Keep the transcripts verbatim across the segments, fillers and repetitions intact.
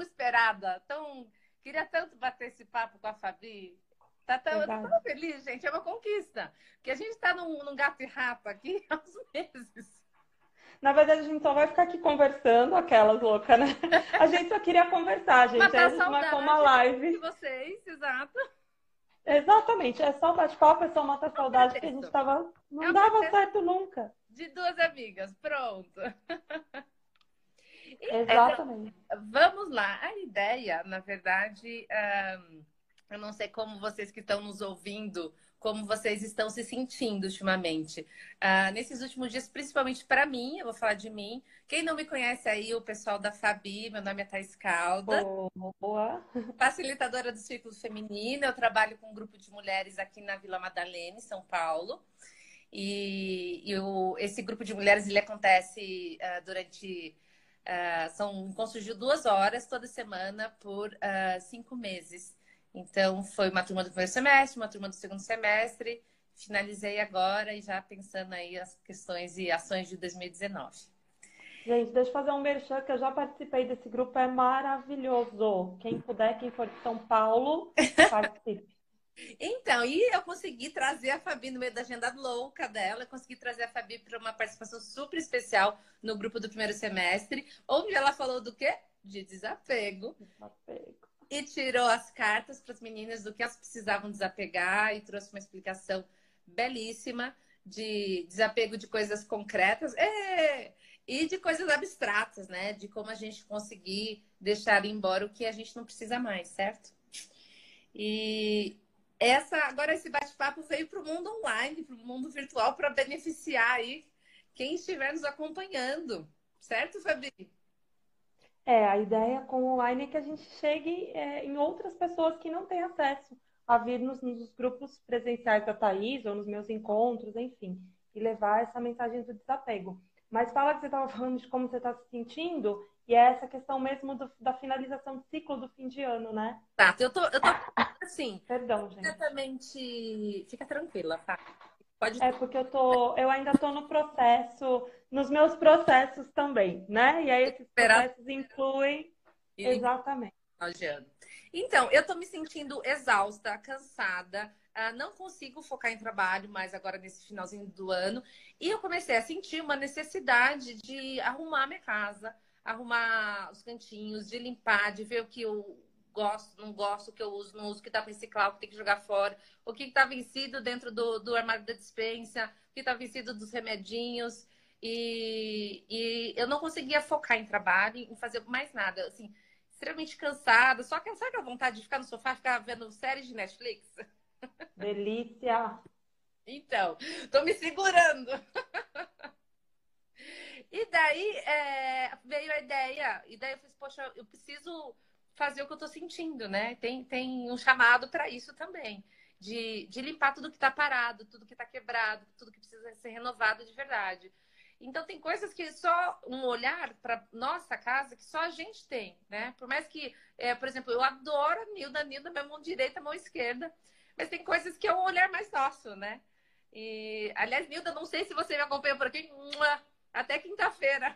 esperada. Tão... Queria tanto bater esse papo com a Fabi. Tá tão... Eu tô Verdade. tão feliz, gente. É uma conquista. Porque a gente tá num, num gato e rato aqui há uns meses. Na verdade, a gente só vai ficar aqui conversando, aquelas loucas, né? A gente só queria conversar, gente. Aí Matar a a gente marcou uma saudade de live. vocês, exato. Exatamente, é só bate-papo, é só matar É um saudade, porque a gente pretexto. tava. É Não um dava pretexto certo nunca. de duas amigas. Pronto. Exatamente. Vamos lá. A ideia, na verdade, ahn, eu não sei como vocês que estão nos ouvindo, como vocês estão se sentindo ultimamente. Ah, nesses últimos dias, principalmente para mim, eu vou falar de mim. Quem não me conhece aí, o pessoal da Fabi, meu nome é Thais Calda, Boa. facilitadora do Círculo Feminino. Eu trabalho com um grupo de mulheres aqui na Vila Madalena, em São Paulo. E, e o- esse grupo de mulheres ele acontece ah, durante. ah, são encontros de duas horas toda semana por ah, cinco meses. Então, foi uma turma do primeiro semestre, uma turma do segundo semestre. Finalizei agora e já pensando aí as questões e ações de dois mil e dezenove. Gente, deixa eu fazer um merchan, que eu já participei desse grupo, é maravilhoso. Quem puder, quem for de São Paulo, participe. Então, e eu consegui trazer a Fabi no meio da agenda louca dela, eu consegui trazer a Fabi para uma participação super especial no grupo do primeiro semestre, onde ela falou do quê? De desapego. Desapego. E tirou as cartas para as meninas do que elas precisavam desapegar e trouxe uma explicação belíssima de desapego de coisas concretas é, e de coisas abstratas, né? De como a gente conseguir deixar embora o que a gente não precisa mais, certo? E essa, agora esse bate-papo veio para o mundo online, para o mundo virtual, para beneficiar aí quem estiver nos acompanhando, certo, Fabi? É, a ideia com o online é que a gente chegue é, em outras pessoas que não têm acesso a vir nos, nos grupos presenciais da Thaís ou nos meus encontros, enfim, e levar essa mensagem do desapego. Mas fala que você estava falando de como você está se sentindo, e é essa questão mesmo do- da finalização do ciclo do fim de ano, né? Tá, eu tô, eu tô assim, Perdão, gente. completamente. Fica tranquila, tá? Pode É porque eu tô, eu ainda estou no processo, nos meus processos também, né? E aí esses esperar processos incluem ir exatamente. final de ano. Então, eu tô me sentindo exausta, cansada, ah, não consigo focar em trabalho mais agora nesse finalzinho do ano. E eu comecei a sentir uma necessidade de arrumar minha casa, arrumar os cantinhos, de limpar, de ver o que eu gosto, não gosto, o que eu uso, não uso, o que tá para reciclar, o que tem que jogar fora, o que tá vencido dentro do, do armário da despensa, o que tá vencido dos remedinhos. E, e eu não conseguia focar em trabalho, em fazer mais nada. Assim, extremamente cansada. Só que sabe aquela vontade de ficar no sofá, ficar vendo séries de Netflix? Delícia. Então, tô me segurando. E daí é, veio a ideia. E daí eu falei, poxa, eu preciso fazer o que eu tô sentindo, né? Tem, tem um chamado para isso também. De, de limpar tudo que tá parado, tudo que tá quebrado, tudo que precisa ser renovado de verdade. Então tem coisas que só um olhar para nossa casa que só a gente tem, né? Por mais que, é, por exemplo, eu adoro a Nilda, a Nilda, minha mão direita, mão esquerda, mas tem coisas que é um olhar mais nosso, né? E, aliás, Nilda, não sei se você me acompanha por aqui, até quinta-feira.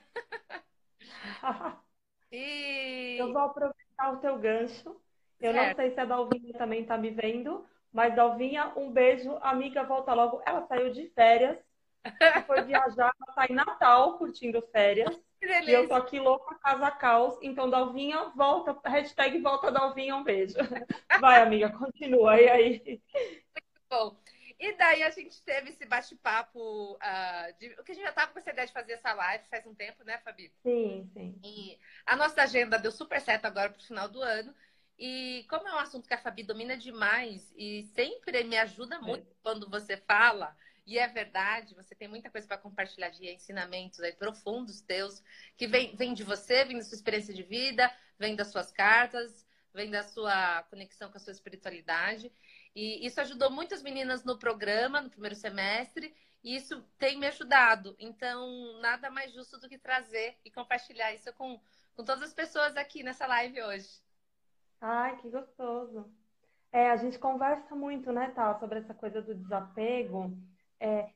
Eu E vou aproveitar o teu gancho. Eu não certo. sei se a Dalvinha também está me vendo, mas Dalvinha, um beijo. Amiga, volta logo. Ela saiu de férias e foi viajar, ela tá em Natal curtindo férias. Que E eu tô delícia. aqui louca, casa caos. Então, Dalvinha, volta. Hashtag volta Dalvinha, um beijo. Vai, amiga, continua. E aí? Bom, e daí a gente teve esse bate-papo, ah, de... o que a gente já estava com essa ideia de fazer essa live faz um tempo, né, Fabi? Sim, sim. E a nossa agenda deu super certo agora para o final do ano. E como é um assunto que a Fabi domina demais e sempre me ajuda muito É. quando você fala, e é verdade, você tem muita coisa para compartilhar de ensinamentos aí profundos teus, que vem, vem de você, vem da sua experiência de vida, vem das suas cartas, vem da sua conexão com a sua espiritualidade. E isso ajudou muitas meninas no programa, no primeiro semestre, e isso tem me ajudado. Então, nada mais justo do que trazer e compartilhar isso com, com todas as pessoas aqui nessa live hoje. Ai, que gostoso. É, a gente conversa muito, né, Tal, sobre essa coisa do desapego. É,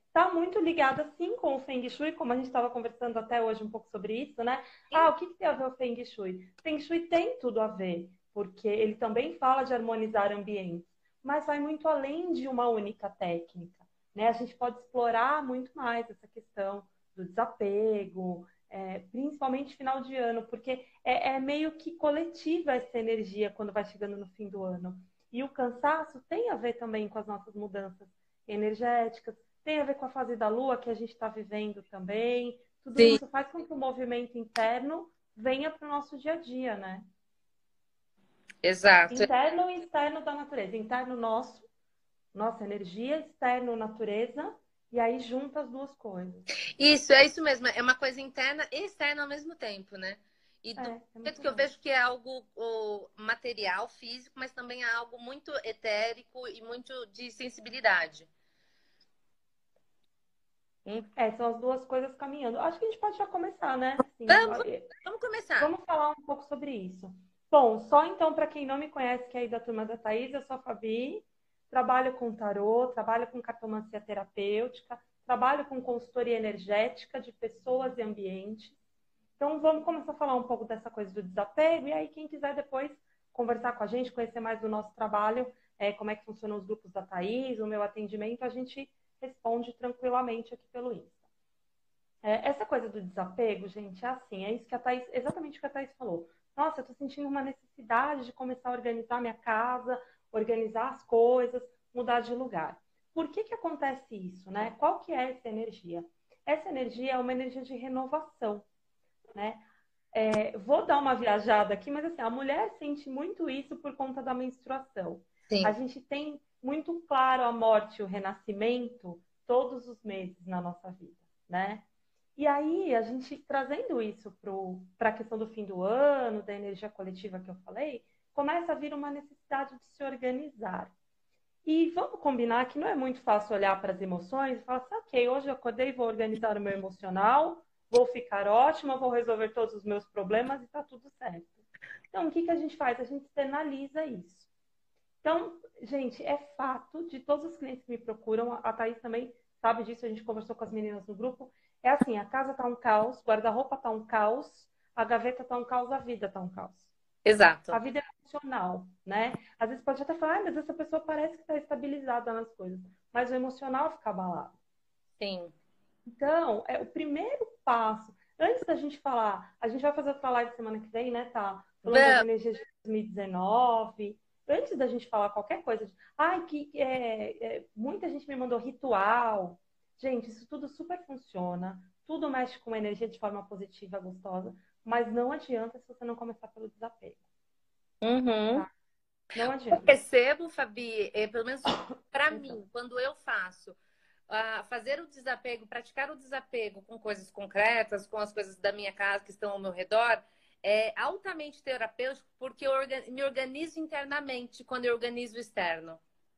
está muito ligada, sim, com o Feng Shui, como a gente estava conversando até hoje um pouco sobre isso, né? Ah, o que, que tem a ver o Feng Shui? Feng Shui tem tudo a ver, porque ele também fala de harmonizar ambientes, mas vai muito além de uma única técnica, né? A gente pode explorar muito mais essa questão do desapego, é, principalmente final de ano, porque é, é meio que coletiva essa energia quando vai chegando no fim do ano. E o cansaço tem a ver também com as nossas mudanças energéticas, tem a ver com a fase da lua que a gente está vivendo também. Tudo Sim, isso faz com que o movimento interno venha para o nosso dia a dia, né? exato. Interno e externo da natureza. Interno nosso, nossa energia, externo natureza, e aí junta as duas coisas. Isso, é isso mesmo. É uma coisa interna e externa ao mesmo tempo, né? E É, do é jeito muito que eu bom. vejo que é algo o, material, físico, mas também é algo muito etérico e muito de sensibilidade. Hum. É, são as duas coisas caminhando. Acho que a gente pode já começar, né? Assim, Vamos, vamos começar. vamos falar um pouco sobre isso. Bom, só então para quem não me conhece, que é aí da turma da Thaís, eu sou a Fabi, trabalho com tarô, trabalho com cartomancia terapêutica, trabalho com consultoria energética de pessoas e ambiente. Então vamos começar a falar um pouco dessa coisa do desapego, e aí quem quiser depois conversar com a gente, conhecer mais do nosso trabalho, é, como é que funcionam os grupos da Thaís, o meu atendimento, a gente responde tranquilamente aqui pelo Insta. É, essa coisa do desapego, gente, é assim, é isso que a Thaís, exatamente o que a Thaís falou. Nossa, eu tô sentindo uma necessidade de começar a organizar minha casa, organizar as coisas, mudar de lugar. Por que que acontece isso, né? Qual que é essa energia? Essa energia é uma energia de renovação, né? É, vou dar uma viajada aqui, mas assim, a mulher sente muito isso por conta da menstruação. A Sim. gente tem muito claro a morte e o renascimento todos os meses na nossa vida, né? E aí, a gente trazendo isso para a questão do fim do ano, da energia coletiva que eu falei, começa a vir uma necessidade de se organizar. E vamos combinar que não é muito fácil olhar para as emoções e falar assim, ok, hoje eu acordei, vou organizar o meu emocional, vou ficar ótima, vou resolver todos os meus problemas e está tudo certo. Então, o que, que a gente faz? A gente externaliza isso. Então, gente, é fato de todos os clientes que me procuram, a Thaís também sabe disso, a gente conversou com as meninas no grupo, é assim, a casa tá um caos, o guarda-roupa tá um caos, a gaveta tá um caos, a vida tá um caos. A Exato. vida é emocional, né? Às vezes pode até falar, ah, mas essa pessoa parece que está estabilizada nas coisas, mas o emocional fica abalado. Sim. Então, é o primeiro passo. Antes da gente falar, a gente vai fazer outra live semana que vem, né? Tá falando das Vamos. energias de dois mil e dezenove. Antes da gente falar qualquer coisa, de, ai, que é, é, muita gente me mandou ritual. Gente, isso tudo super funciona, tudo mexe com energia de forma positiva, gostosa, mas não adianta se você não começar pelo desapego, Uhum. tá? Não Eu adianta. percebo, Fabi, é, pelo menos para Então, mim, quando eu faço ah, fazer o desapego, praticar o desapego com coisas concretas, com as coisas da minha casa que estão ao meu redor, é altamente terapêutico porque eu orga- me organizo internamente quando eu organizo o externo.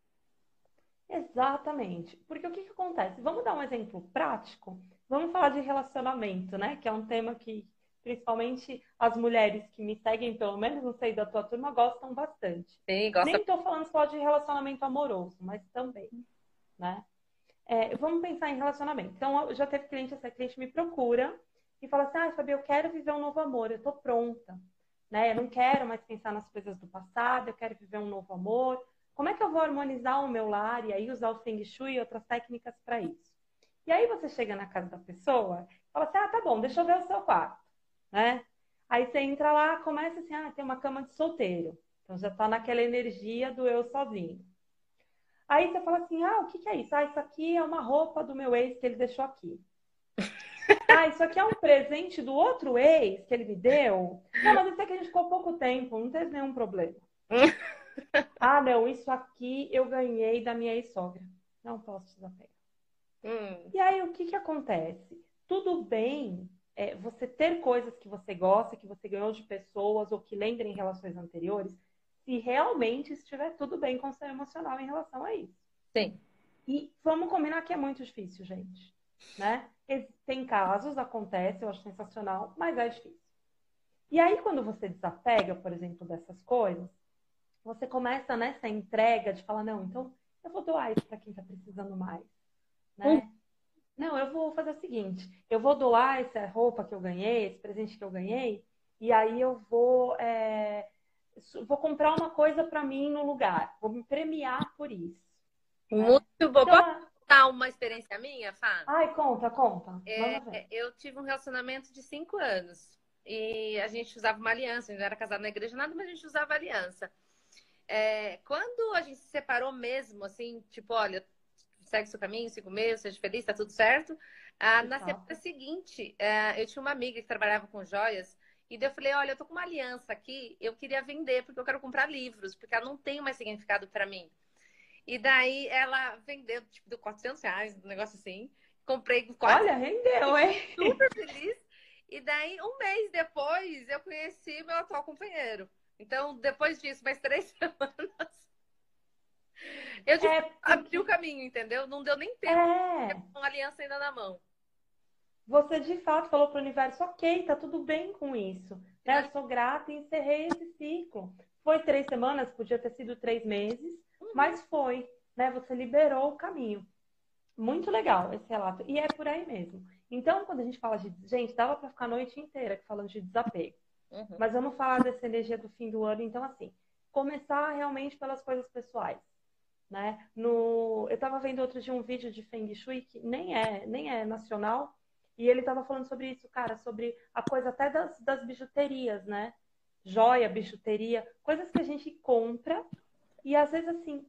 exatamente. Porque o que que acontece? Vamos dar um exemplo prático? Vamos falar de relacionamento, né? Que é um tema que, principalmente, as mulheres que me seguem, pelo menos, não sei, da tua turma, gostam bastante. Sim, gosta. Nem estou falando só de relacionamento amoroso, mas também, né? É, vamos pensar em relacionamento. Então, eu já teve cliente, essa cliente me procura e fala assim, ah, Fabi, eu quero viver um novo amor, eu tô pronta, né? Eu não quero mais pensar nas coisas do passado, eu quero viver um novo amor. Como é que eu vou harmonizar o meu lar e aí usar o Feng Shui e outras técnicas para isso? E aí você chega na casa da pessoa e fala assim, ah, tá bom, deixa eu ver o seu quarto, né? Aí você entra lá, começa assim, ah, tem uma cama de solteiro. Então já tá naquela energia do eu sozinho. Aí você fala assim: ah, o que que é isso? Ah, isso aqui é uma roupa do meu ex que ele deixou aqui. Ah, isso aqui é um presente do outro ex que ele me deu. Não, mas isso aqui a gente ficou pouco tempo, não teve nenhum problema. Ah, não, isso aqui eu ganhei da minha ex-sogra. Não posso desapegar. Hum, E aí o que que acontece? Tudo bem é, você ter coisas que você gosta, que você ganhou de pessoas ou que lembrem relações anteriores, se realmente estiver tudo bem com o seu emocional em relação a isso. sim. E vamos combinar que é muito difícil, gente, né? Tem casos, acontece, eu acho sensacional, mas é difícil. E aí, quando você desapega, por exemplo, dessas coisas, você começa nessa entrega de falar, não, então eu vou doar isso para quem está precisando mais, Hum, né? Não, eu vou fazer o seguinte, eu vou doar essa roupa que eu ganhei, esse presente que eu ganhei, e aí eu vou, é, vou comprar uma coisa para mim no lugar, vou me premiar por isso, né? Muito bom. Então, Posso a- contar uma experiência minha, Fá? ai, conta, conta, manda ver. É, eu tive um relacionamento de cinco anos. E a gente usava uma aliança. A gente não era casado na igreja, nada, mas a gente usava aliança. É, quando a gente se separou mesmo, assim, tipo, olha, segue seu caminho, siga o meu, seja feliz, tá tudo certo. Ah, De na semana fato. seguinte, é, eu tinha uma amiga que trabalhava com joias. E daí eu falei, olha, eu tô com uma aliança aqui, eu queria vender, porque eu quero comprar livros, porque ela não tem mais significado para mim. E daí ela vendeu, tipo, deu quatrocentos reais, um negócio assim. Comprei com quatro, Olha, rendeu, hein? super feliz. E daí, um mês depois, eu conheci meu atual companheiro. Então, depois disso, mais três semanas, eu de É fato abri o porque, caminho, entendeu? Não deu nem tempo é, com a aliança ainda na mão. você de fato falou para o universo, ok, tá tudo bem com isso, né? Eu Finalizou. sou grata e encerrei esse ciclo. Foi três semanas, podia ter sido três meses, Uhum. mas foi, né? Você liberou o caminho. Muito legal esse relato. E é por aí mesmo. Então, quando a gente fala de. Gente, dava para ficar a noite inteira falando de desapego. Uhum. Mas vamos falar dessa energia do fim do ano. Então, assim, começar realmente pelas coisas pessoais. Né? No... Eu estava vendo outro dia um vídeo de Feng Shui, que nem é, nem é nacional, e ele estava falando sobre isso, cara, sobre a coisa até das, das bijuterias, né? Joia, bijuteria, coisas que a gente compra e às vezes, assim,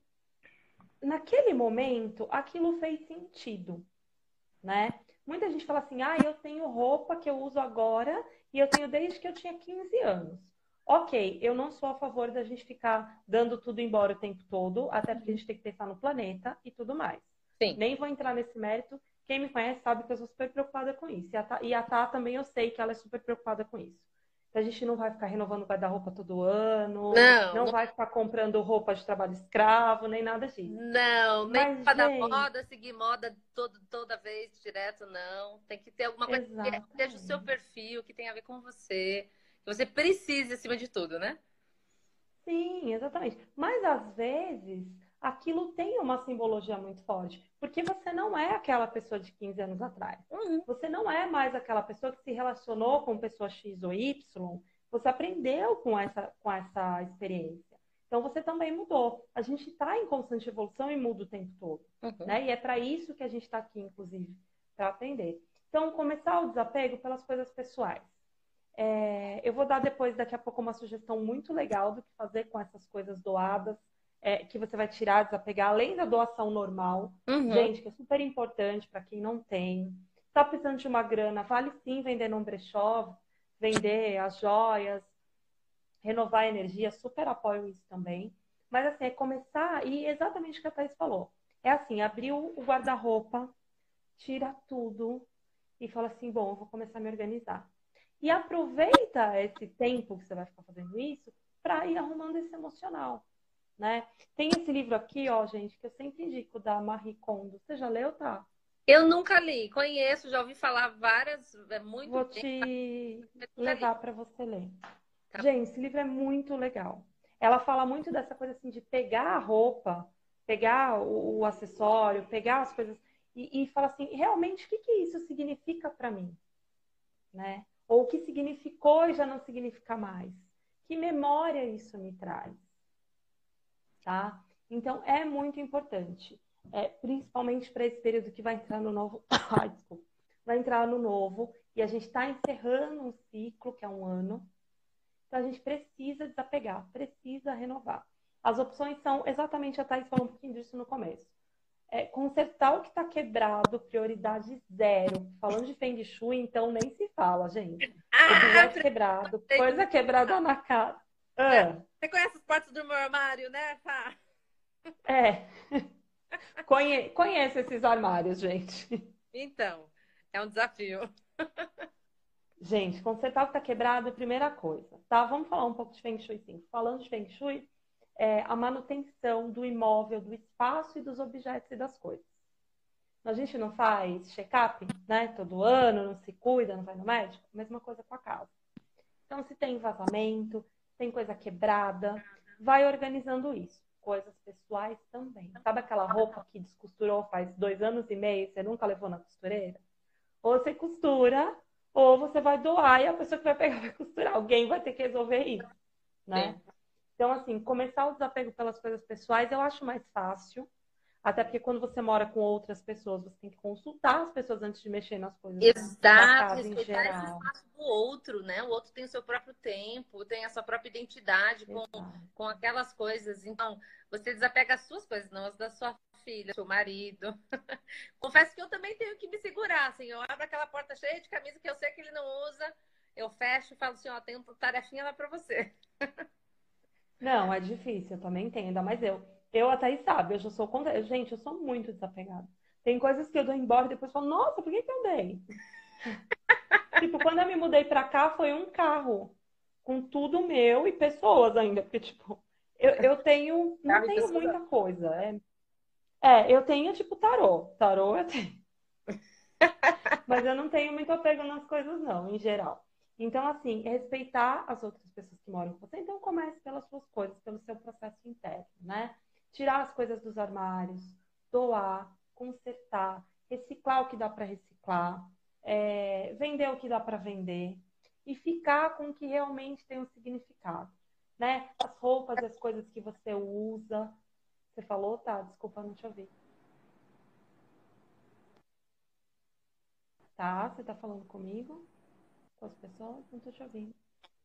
naquele momento, aquilo fez sentido, né? Muita gente fala assim, ah, eu tenho roupa que eu uso agora e eu tenho desde que eu tinha quinze anos. Ok, eu não sou a favor da gente ficar dando tudo embora o tempo todo, até porque a gente tem que pensar no planeta e tudo mais. Sim. Nem vou entrar nesse mérito. Quem me conhece sabe que eu sou super preocupada com isso. E a Tá, e a Tá também eu sei que ela é super preocupada com isso. Então, a gente não vai ficar renovando o guarda-roupa todo ano, Não, não não, vai ficar comprando roupa de trabalho escravo, nem nada disso. não, nem Mas, para dar gente, moda, seguir moda todo, toda vez, direto, não. Tem que ter alguma coisa que seja o seu exatamente. perfil, que tenha a ver com você, que você precise acima de tudo, né? Sim, exatamente. Mas às vezes aquilo tem uma simbologia muito forte, porque você não é aquela pessoa de quinze anos atrás. Uhum. Você não é mais aquela pessoa que se relacionou com pessoa X ou Y. Você aprendeu com essa, com essa experiência. Então você também mudou. A gente está em constante evolução e muda o tempo todo, Uhum. né? E é para isso que a gente está aqui, inclusive, para aprender. Então, começar o desapego pelas coisas pessoais. É, eu vou dar depois, daqui a pouco, uma sugestão muito legal do que fazer com essas coisas doadas, é, que você vai tirar, desapegar, além da doação normal. Uhum. Gente, que é super importante para quem não tem. Está precisando de uma grana, vale sim vender num brechó, vender as joias, renovar a energia, super apoio isso também. Mas assim, é começar, e exatamente o que a Thaís falou. É assim, abrir o guarda-roupa, tira tudo e fala assim, bom, eu vou começar a me organizar. E aproveita esse tempo que você vai ficar fazendo isso para ir arrumando esse emocional, né? Tem esse livro aqui, ó, gente, que eu sempre indico, da Marie Kondo. Você já leu, tá? Eu nunca li, conheço, já ouvi falar várias, é muito Vou bem, te mas nunca li. levar para você ler. Tá? Gente, esse livro é muito legal. Ela fala muito dessa coisa assim de pegar a roupa, pegar o, o acessório, pegar as coisas e, e fala assim, realmente, o que, que isso significa para mim, né? Ou o que significou e já não significa mais. Que memória isso me traz, tá? Então, é muito importante, é, principalmente para esse período que vai entrar no novo. Ai, desculpa. Vai entrar no novo e a gente está encerrando um ciclo, que é um ano. Então, a gente precisa desapegar, precisa renovar. As opções são exatamente, a Thaís falou um pouquinho disso no começo. É, consertar o que está quebrado, prioridade zero. Falando de Feng Shui, então nem se fala, gente. Ah, Objeto quebrado, preconceito coisa de... quebrada na cara. né? Ah, Você conhece as portas do meu armário, né, Fá? é, conhe conheço esses armários, gente. Então, é um desafio. Gente, consertar o que está quebrado é a primeira coisa, tá? Vamos falar um pouco de Feng Shui, sim. Falando de Feng Shui, é a manutenção do imóvel, do espaço e dos objetos e das coisas. A gente não faz check-up, né? Todo ano, não se cuida, não vai no médico. Mesma coisa com a casa. Então, se tem vazamento, tem coisa quebrada, vai organizando isso. coisas pessoais também. Sabe aquela roupa que descosturou faz dois anos e meio, você nunca levou na costureira? Ou você costura, ou você vai doar e a pessoa que vai pegar vai costurar. Alguém vai ter que resolver isso, né? Sim. Então, assim, começar o desapego pelas coisas pessoais eu acho mais fácil. Até porque quando você mora com outras pessoas, você tem que consultar as pessoas antes de mexer nas coisas da Exato, casa em respeitar esse geral. espaço do outro, né? O outro tem o seu próprio tempo, tem a sua própria identidade com, Exato. com aquelas coisas. Então, você desapega as suas coisas, não as da sua filha, seu marido. Confesso que eu também tenho que me segurar, assim, eu abro aquela porta cheia de camisa que eu sei que ele não usa, eu fecho e falo assim, ó, tem uma tarefinha lá pra você. Não, é difícil, eu também entendo, ainda mais eu. Eu até aí sabe, eu já sou contra. Gente, eu sou muito desapegada. Tem coisas que eu dou embora e depois falo, nossa, por que que eu dei? Tipo, quando eu me mudei pra cá, foi um carro com tudo meu e pessoas ainda, porque, tipo, eu, eu tenho, não Carro e tenho pessoas. muita coisa. É, é, eu tenho, tipo, tarô. Tarô eu tenho. Mas eu não tenho muito apego nas coisas, não, em geral. Então, assim, respeitar as outras pessoas que moram com você. Então, comece pelas suas coisas, pelo seu processo interno, né? Tirar as coisas dos armários, doar, consertar, reciclar o que dá para reciclar, é, vender o que dá para vender e ficar com o que realmente tem um significado, né? As roupas, as coisas que você usa. Você falou, tá? Desculpa, não te ouvi. Tá? Você tá falando comigo? Com as pessoas? Não tô te ouvindo.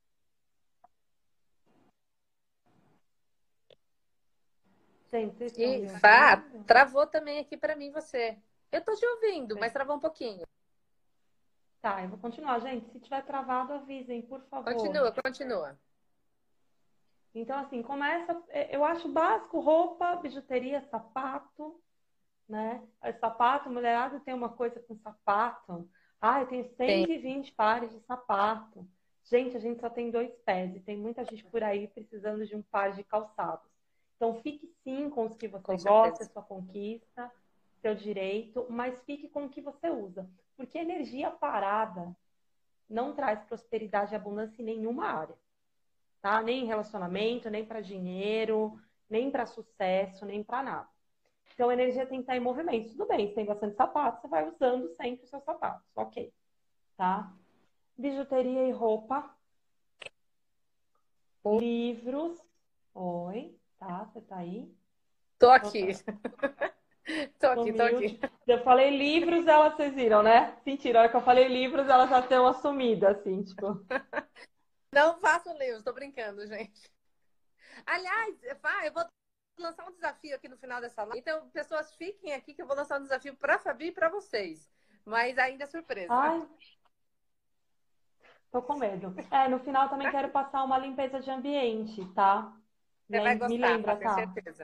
Gente, vocês estão E me Fá, ouvindo? travou também aqui pra mim você. Eu tô te ouvindo, mas Bem, travou um pouquinho. tá, eu vou continuar. Gente, se tiver travado, avisem, por favor. Continua, continua. Então, assim, começa. é, Eu acho básico roupa, bijuteria, sapato, né? É, sapato, mulherada tem uma coisa com sapato. Ah, eu tenho Tem. cento e vinte pares de sapato. Gente, a gente só tem dois pés e tem muita gente por aí precisando de um par de calçados. Então, fique sim com os que você Com gosta, é certeza. sua conquista, seu direito, mas fique com o que você usa. Porque energia parada não traz prosperidade e abundância em nenhuma área, tá? Nem em relacionamento, nem para dinheiro, nem para sucesso, nem para nada. Então, a energia tem que estar em movimento. Tudo bem, você tem bastante sapato, você vai usando sempre os seus sapatos, ok, tá? Bijuteria e roupa, livros. Oi, tá? Você tá aí? Tô Oh, aqui. tá. Tô aqui, tô Sumiu. aqui. Eu falei livros, ela, vocês viram, né? Mentira, a hora que eu falei livros, ela já deu uma sumida, assim, tipo. Não faço livros, tô brincando, gente. Aliás, Fá, eu vou lançar um desafio aqui no final dessa live. Então, pessoas, fiquem aqui que eu vou lançar um desafio pra Fabi e pra vocês. Mas ainda é surpresa. Ai, tô com medo. É, no final também quero passar uma limpeza de ambiente, tá? Você vai Lem- Me gostar, Fá, lembra, tenho tá? certeza.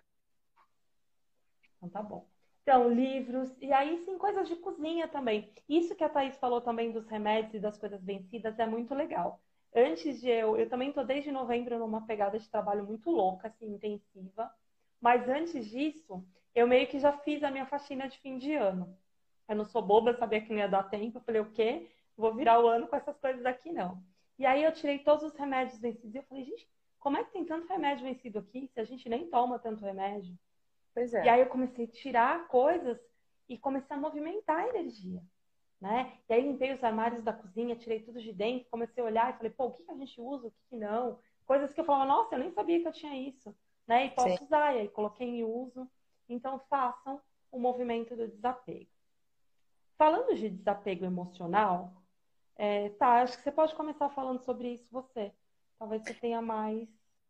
Então tá bom. Então, livros, e aí sim, coisas de cozinha também. Isso que a Thaís falou também dos remédios e das coisas vencidas é muito legal. Antes de eu, eu também tô desde novembro numa pegada de trabalho muito louca, assim, intensiva. Mas antes disso, eu meio que já fiz a minha faxina de fim de ano. Eu não sou boba, eu sabia que não ia dar tempo. Eu falei, o quê? Vou virar o ano com essas coisas aqui, não. E aí eu tirei todos os remédios vencidos. E eu falei, gente, como é que tem tanto remédio vencido aqui se a gente nem toma tanto remédio? Pois E é. aí eu comecei a tirar coisas e comecei a movimentar a energia, né? E aí limpei os armários da cozinha, tirei tudo de dentro, comecei a olhar e falei, pô, o que que a gente usa, o que que não? Coisas que eu falava, nossa, eu nem sabia que eu tinha isso, né? E Sim. posso usar, e aí coloquei em uso. Então façam o movimento do desapego. Falando de desapego emocional, é, tá, acho que você pode começar falando sobre isso você. Talvez você tenha mais.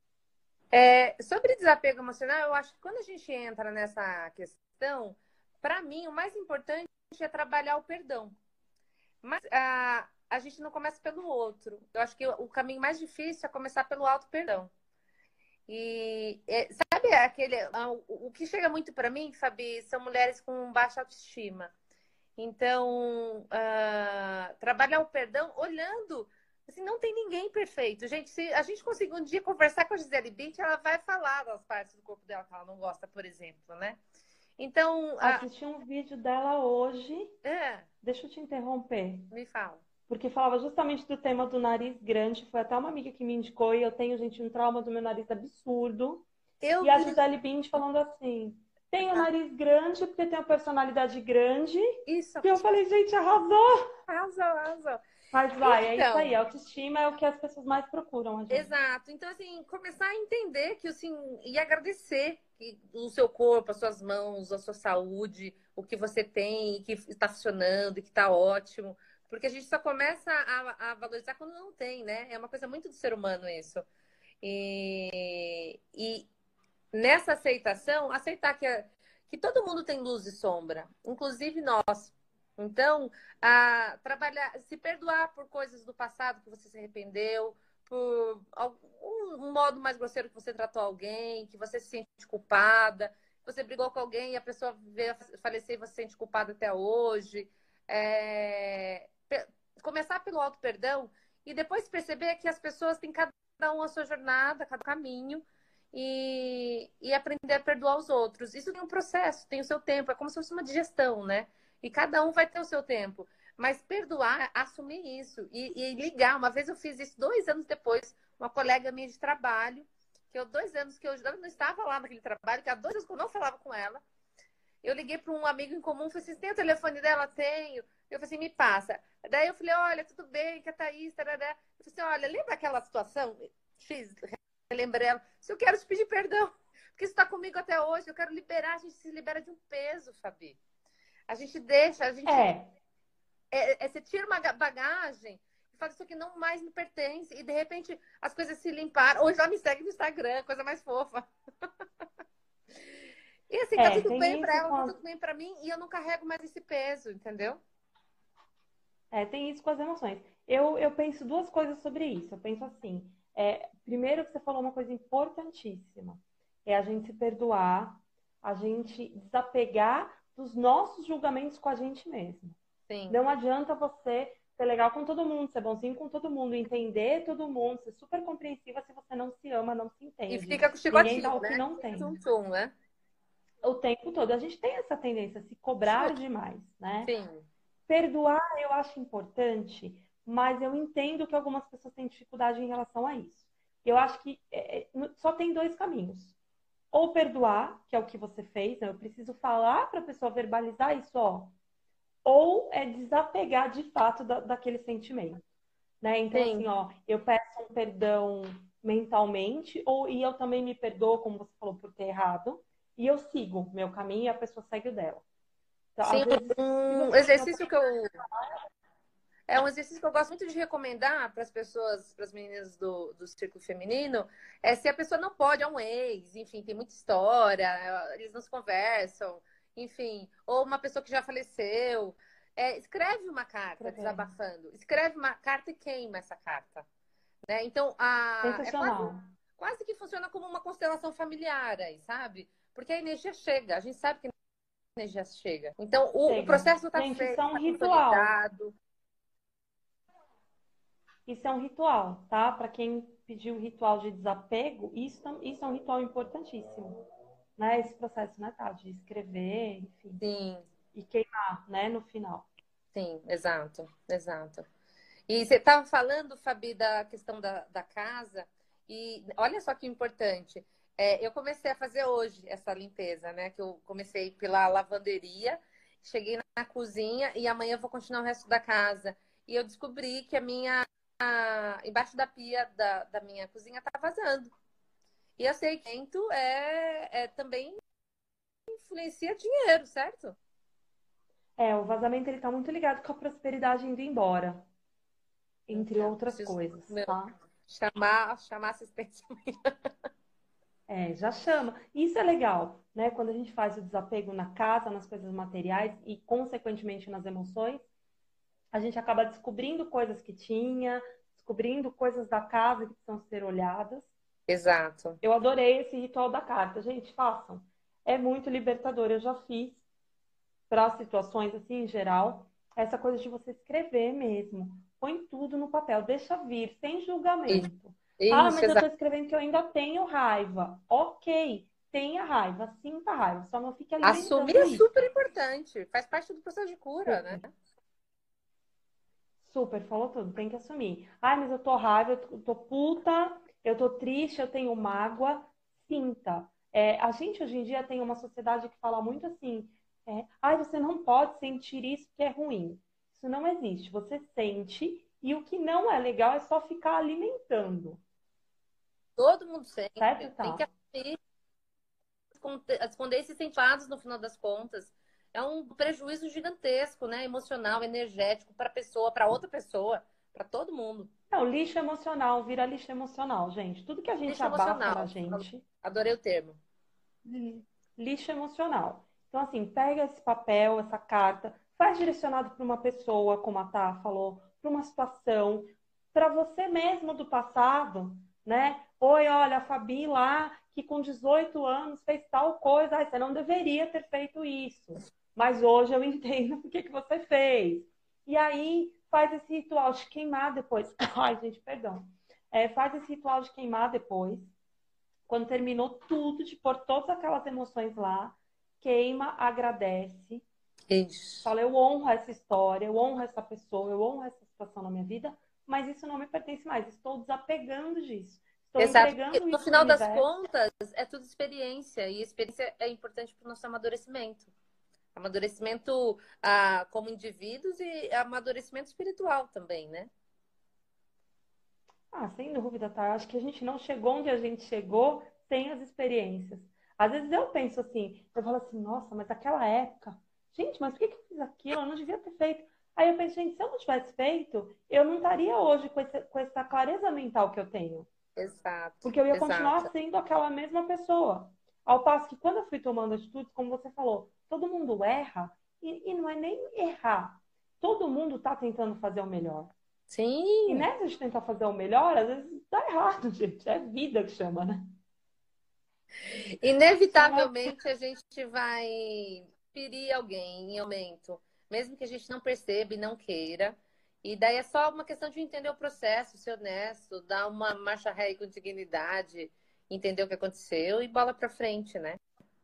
É, sobre desapego emocional, eu acho que quando a gente entra nessa questão, para mim, o mais importante é trabalhar o perdão. Mas a, a gente não começa pelo outro. Eu acho que o, o caminho mais difícil é começar pelo auto-perdão. E é, sabe aquele. ah, O, o que chega muito para mim, Fabi, são mulheres com baixa autoestima. Então, ah, trabalhar o perdão olhando. Assim, não tem ninguém perfeito. Gente, se a gente conseguir um dia conversar com a Gisele Bündchen, ela vai falar das partes do corpo dela que ela não gosta, por exemplo, né? Então, a, Assisti um vídeo dela hoje. é, Deixa eu te interromper. me fala. Porque falava justamente do tema do nariz grande. Foi até uma amiga que me indicou e eu tenho, gente, um trauma do meu nariz absurdo. Eu E a vi Gisele Bündchen falando assim, tem o nariz grande porque tem a personalidade grande. isso, E eu falei, gente, arrasou! arrasou, arrasou. Mas vai, é isso aí. Então, A autoestima é o que as pessoas mais procuram, a gente. exato. Então, assim, começar a entender que, assim, e agradecer que o seu corpo, as suas mãos, a sua saúde, o que você tem, que está funcionando, e que está ótimo. Porque a gente só começa a, a valorizar quando não tem, né? É uma coisa muito do ser humano isso. E, e nessa aceitação, aceitar que, que todo mundo tem luz e sombra, inclusive nós. Então, a, trabalhar, se perdoar por coisas do passado que você se arrependeu, por algum, um modo mais grosseiro que você tratou alguém, que você se sente culpada, que você brigou com alguém e a pessoa veio a falecer e você se sente culpada até hoje. É, começar pelo auto-perdão e depois perceber que as pessoas têm cada um a sua jornada, cada caminho, e, e aprender a perdoar os outros. Isso tem um processo, tem o seu tempo, é como se fosse uma digestão, né? E cada um vai ter o seu tempo. Mas perdoar, assumir isso e, e ligar. Uma vez eu fiz isso dois anos depois, uma colega minha de trabalho, que eu, dois anos que eu não estava lá naquele trabalho, que há dois anos que eu não falava com ela. Eu liguei para um amigo em comum, falei assim, tem o telefone dela? Tenho. Eu falei assim, me passa. Daí eu falei, olha, tudo bem, que a Thaís, tarará. Eu falei assim, olha, lembra aquela situação? Fiz, relembrei ela. Se eu quero te pedir perdão, porque você está comigo até hoje, eu quero liberar, a gente se libera de um peso, Fabi. A gente deixa, a gente. É, É, é, você tira uma bagagem e fala, isso aqui não mais me pertence. E de repente as coisas se limparam. Ou já me segue no Instagram, coisa mais fofa. E assim, tá é, tudo bem tem pra isso ela, com tá as, tudo bem pra mim, e eu não carrego mais esse peso, entendeu? é, tem isso com as emoções. Eu, eu penso duas coisas sobre isso. Eu penso assim, é, primeiro que você falou uma coisa importantíssima, é a gente se perdoar, a gente desapegar dos nossos julgamentos com a gente mesmo. Sim. Não adianta você ser legal com todo mundo, ser bonzinho com todo mundo, entender todo mundo, ser super compreensiva se você não se ama, não se E entende. fica com o Ninguém dá chicotinho, o que né? não tem. Tum-tum, né? O tempo todo. A gente tem essa tendência a se cobrar demais, né? Sim. Perdoar eu acho importante, mas eu entendo que algumas pessoas têm dificuldade em relação a isso. Eu acho que é, é, só tem dois caminhos. Ou perdoar, que é o que você fez, né? Eu preciso falar para a pessoa verbalizar isso, ó. Ou é desapegar de fato da, daquele sentimento, né? Então, assim, Sim. ó, eu peço um perdão mentalmente, ou e eu também me perdoo, como você falou, por ter errado, e eu sigo meu caminho e a pessoa segue o dela. Então, às Sim, vezes, se um você não exercício que eu. É um exercício que eu gosto muito de recomendar para as pessoas, para as meninas do, do círculo feminino, é se a pessoa não pode, é um ex, enfim, tem muita história, eles não se conversam, enfim, ou uma pessoa que já faleceu. É, escreve uma carta escrever. desabafando, escreve uma carta e queima essa carta. Né? Então, a, é quase, Sensacional. quase que funciona como uma constelação familiar aí, sabe? Porque a energia chega, a gente sabe que a energia chega. Então, o, o Chega. processo está Gente, isso feito, é um está ritual. consolidado. Isso é um ritual, tá? Para quem pediu o ritual de desapego, isso, isso é um ritual importantíssimo, né? Esse processo, né, tá? De escrever, enfim, Sim, e queimar, né, no final. sim, exato, exato. E você estava falando, Fabi, da questão da, da casa, e olha só que importante. É, eu comecei a fazer hoje essa limpeza, né? Que eu comecei pela lavanderia, cheguei na cozinha e amanhã eu vou continuar o resto da casa. E eu descobri que a minha, a- embaixo da pia da, da minha cozinha tá vazando. E eu sei que vento é, é também influencia dinheiro, certo? É, o vazamento ele tá muito ligado com a prosperidade indo embora, entre Então, outras preciso, coisas, meu, tá? chamar, chamar assistência. É, já chama. Isso é legal, né? Quando a gente faz o desapego na casa, nas coisas materiais e, consequentemente, nas emoções, a gente acaba descobrindo coisas que tinha, descobrindo coisas da casa que precisam ser olhadas. Exato. Eu adorei esse ritual da carta. Gente, façam. É muito libertador. Eu já fiz para situações assim em geral, essa coisa de você escrever mesmo. Põe tudo no papel, deixa vir, sem julgamento. Ah, Isso, mas eu estou exato. escrevendo que eu ainda tenho raiva. Ok, tenha raiva, sinta raiva, só não fique Assumir alimentando é isso. super importante, faz parte do processo de cura, né? Super, super, falou tudo, tem que assumir. Ai, mas eu tô raiva, eu tô, tô puta, eu tô triste, eu tenho mágoa. sinta. É, a gente hoje em dia tem uma sociedade que fala muito assim, é, ai, você não pode sentir isso que é ruim. Isso não existe. Você sente e o que não é legal é só ficar alimentando. Todo mundo sente. Certo, Tem que tá? assumir, esconder esconder esses sentimentos no final das contas. É um prejuízo gigantesco, né? Emocional, energético para a pessoa, para outra pessoa, para todo mundo. Não, lixo emocional vira lixo emocional, gente. Tudo que a gente Lixo abafa na emocional. gente, Adorei o termo. lixo emocional. Então, assim, pega esse papel, essa carta, faz direcionado para uma pessoa, como a Tá falou, para uma situação, para você mesmo do passado, né? Oi, olha, a Fabi lá, que com dezoito anos fez tal coisa, ai, você não deveria ter feito isso, mas hoje eu entendo por que que você fez. E aí, faz esse ritual de queimar depois. Ai, gente, perdão. É, faz esse ritual de queimar depois quando terminou tudo, de pôr todas aquelas emoções lá, queima, agradece. Isso. Fala, eu honro essa história, eu honro essa pessoa, eu honro essa situação na minha vida, mas isso não me pertence mais. Estou desapegando disso. Estou Exato. Porque, entregando no isso para o final das universo. contas, é tudo experiência. E experiência é importante para o nosso amadurecimento. Amadurecimento ah, como indivíduos e amadurecimento espiritual também, né? Ah, sem dúvida, tá? Acho que a gente não chegou onde a gente chegou sem as experiências. Às vezes eu penso assim, eu falo assim, nossa, mas aquela época, gente, mas por que que eu fiz aquilo? Eu não devia ter feito. Aí eu penso, gente, se eu não tivesse feito, eu não estaria hoje com, esse, com essa clareza mental que eu tenho. Exato, Porque eu ia continuar exato. sendo aquela mesma pessoa. Ao passo que quando eu fui tomando atitudes, como você falou, todo mundo erra, e, e não é nem errar. Todo mundo está tentando fazer o melhor. E Sim, nessa de tentar fazer o melhor, às vezes dá errado, gente. É vida que chama, né? Só vai. inevitavelmente a gente vai ferir alguém em aumento, mesmo que a gente não perceba e não queira. E daí é só uma questão de entender o processo, ser honesto, dar uma marcha ré com dignidade, entender o que aconteceu e bola pra frente, né?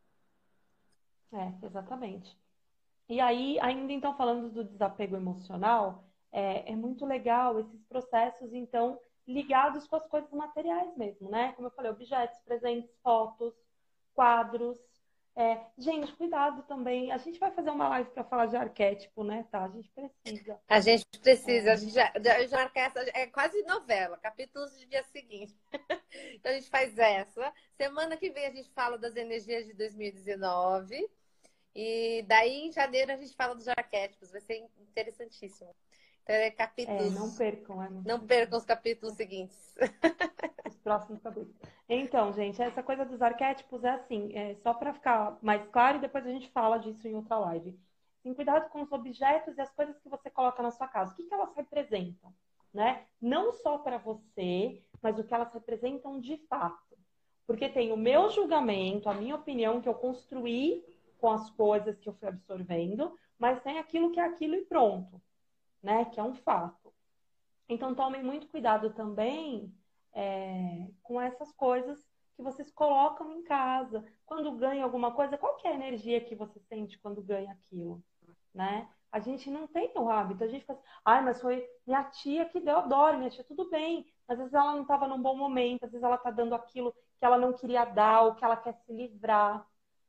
É, exatamente. E aí, ainda então, falando do desapego emocional, é, é muito legal esses processos, então, ligados com as coisas materiais mesmo, né? Como eu falei, objetos, presentes, fotos, quadros. É, gente, cuidado também. A gente vai fazer uma live para falar de arquétipo, né? Tá? A gente precisa. A gente precisa, a É, gente já, já, já marca essa, é quase novela, capítulos de dia seguinte. Então a gente faz essa. Semana que vem a gente fala das energias de dois mil e dezenove. E daí em janeiro a gente fala dos arquétipos. Vai ser interessantíssimo. Então, é é, não capítulos. percam, é muito Não legal. percam os capítulos seguintes. Os próximos capítulos. Então, gente, essa coisa dos arquétipos é assim, é só para ficar mais claro e depois a gente fala disso em outra live. Tem cuidado com os objetos e as coisas que você coloca na sua casa. O que que elas representam, né? Não só para você, mas o que elas representam de fato. Porque tem o meu julgamento, a minha opinião que eu construí com as coisas que eu fui absorvendo, mas tem aquilo que é aquilo e pronto, né? Que é um fato. Então, tomem muito cuidado também é, com essas coisas que vocês colocam em casa. Quando ganha alguma coisa, qual que é a energia que você sente quando ganha aquilo, né? A gente não tem o hábito, a gente fala assim, ai, mas foi minha tia que deu, eu adoro minha tia, tudo bem. Às vezes ela não estava num bom momento, às vezes ela está dando aquilo que ela não queria dar, ou que ela quer se livrar.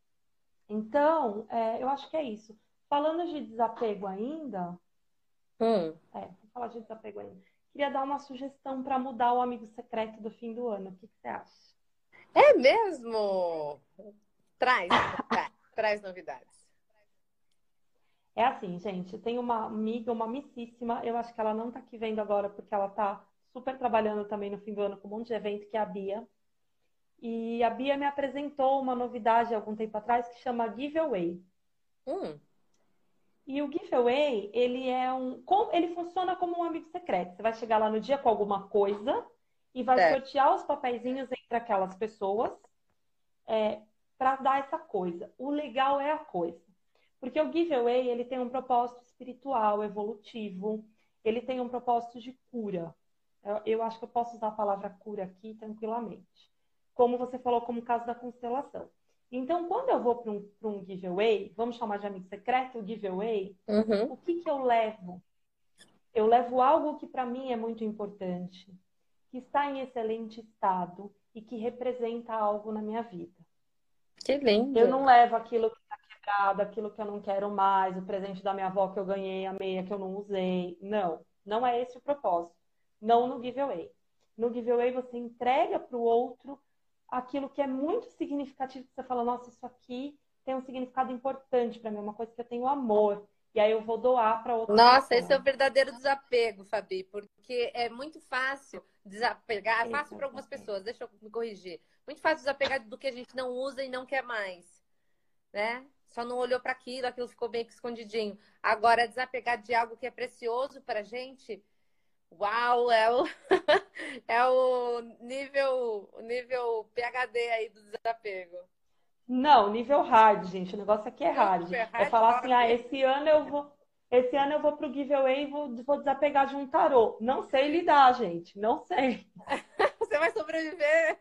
Então, é, eu acho que é isso. Falando de desapego ainda, Hum. é, vou falar de desapego ainda. Queria dar uma sugestão para mudar o amigo secreto do fim do ano. O que que você acha? É mesmo? Traz, traz, traz novidades. É assim, gente, tem uma amiga, uma amicíssima, eu acho que ela não tá aqui vendo agora porque ela tá super trabalhando também no fim do ano com um monte de evento, que é a Bia. E a Bia me apresentou uma novidade há algum tempo atrás que chama Giveaway. Hum, E o giveaway, ele é um, com- ele funciona como um amigo secreto. Você vai chegar lá no dia com alguma coisa e vai certo. sortear os papeizinhos entre aquelas pessoas para dar essa coisa. O legal é a coisa. Porque o giveaway, ele tem um propósito espiritual, evolutivo, ele tem um propósito de cura. Eu, eu acho que eu posso usar a palavra cura aqui tranquilamente. Como você falou, como o caso da constelação. Então, quando eu vou para um, para um giveaway, vamos chamar de amigo secreto, o giveaway, Uhum. o que que eu levo? Eu levo algo que para mim é muito importante, que está em excelente estado e que representa algo na minha vida. Que lindo! Eu não levo aquilo que está quebrado, aquilo que eu não quero mais, o presente da minha avó que eu ganhei, a meia que eu não usei. Não, não é esse o propósito. Não no giveaway. No giveaway você entrega para o outro aquilo que é muito significativo, que você fala, nossa, isso aqui tem um significado importante para mim, é uma coisa que eu tenho amor. E aí eu vou doar para outra Nossa, esse é o pessoa. verdadeiro desapego, Fabi, porque é muito fácil desapegar, é fácil para algumas Exatamente. pessoas, deixa eu me corrigir. Muito fácil desapegar do que a gente não usa e não quer mais, né? Só não olhou para aquilo, aquilo ficou bem escondidinho. Agora, desapegar de algo que é precioso para a gente, uau, é o, é o nível, o nível P H D aí do desapego. Não, nível hard, gente. O negócio aqui é hard. Super É hard falar assim, ah, rock. esse ano eu vou, esse ano eu vou pro giveaway e vou, vou desapegar de um tarô. Não sei lidar, gente. Não sei. Você vai sobreviver.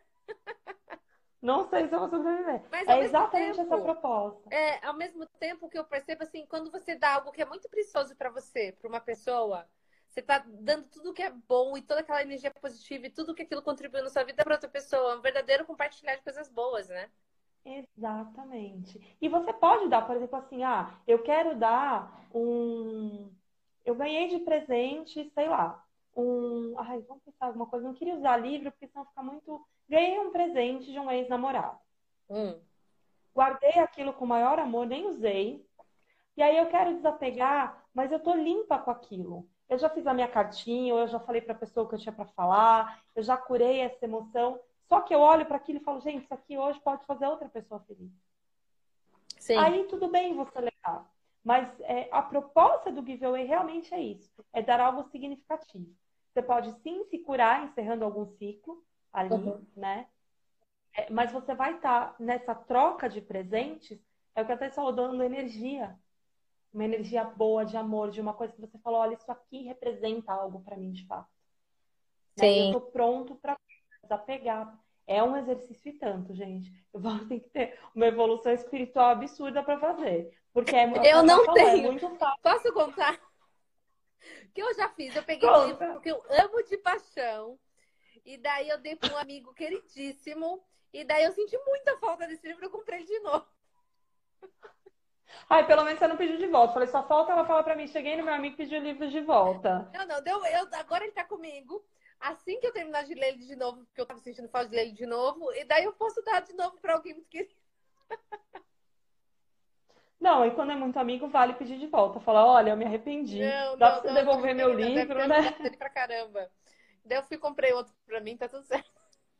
Não sei se eu vou sobreviver. Mas ao É mesmo exatamente essa tempo, proposta. é, ao mesmo tempo que eu percebo assim, quando você dá algo que é muito precioso para você, para uma pessoa, você tá dando tudo que é bom e toda aquela energia positiva e tudo que aquilo contribui na sua vida para outra pessoa, é um verdadeiro compartilhar de coisas boas, né? Exatamente. E você pode dar, por exemplo, assim, ah, eu quero dar um. Eu ganhei de presente, sei lá, um. Ai, vamos pensar alguma coisa. Não queria usar livro, porque senão fica muito. Ganhei um presente de um ex-namorado. Hum, Guardei aquilo com o maior amor, nem usei. E aí eu quero desapegar, mas eu tô limpa com aquilo. Eu já fiz a minha cartinha, ou eu já falei para a pessoa o que eu tinha para falar, eu já curei essa emoção. Só que eu olho para aquilo e falo, gente, isso aqui hoje pode fazer outra pessoa feliz. sim, Aí tudo bem você levar. Mas é, a proposta do giveaway realmente é isso: é dar algo significativo. Você pode sim se curar encerrando algum ciclo ali, uhum, né? É, mas você vai estar nessa troca de presentes, é o que eu até falou, dando energia. Uma energia boa, de amor, de uma coisa que você falou, olha, isso aqui representa algo para mim de fato. Né? E eu sim. tô pronto para desapegar. É um exercício e tanto, gente. Eu vou ter que ter uma evolução espiritual absurda para fazer. Porque é, é o que Eu a Ká não falou, é tenho. muito fácil. Posso contar o que eu já fiz? Eu peguei um livro Conta. que eu amo de paixão, e daí eu dei para um amigo queridíssimo, e daí eu senti muita falta desse livro, eu comprei ele de novo. Ai, pelo menos você não pediu de volta. Falei, só falta ela falar para mim. Cheguei no meu amigo e pedi o livro de volta. Não, não, deu, eu, agora ele tá comigo. Assim que eu terminar de ler ele de novo, porque eu tava sentindo falta de ler ele de novo, e daí eu posso dar de novo para alguém muito querido. Não, e quando é muito amigo, vale pedir de volta. Falar, olha, eu me arrependi. Não, Dá para não, você não, devolver meu imagina, deve ter livro, né? ajudado ele pra caramba. Daí eu fui e comprei outro pra mim, tá tudo certo.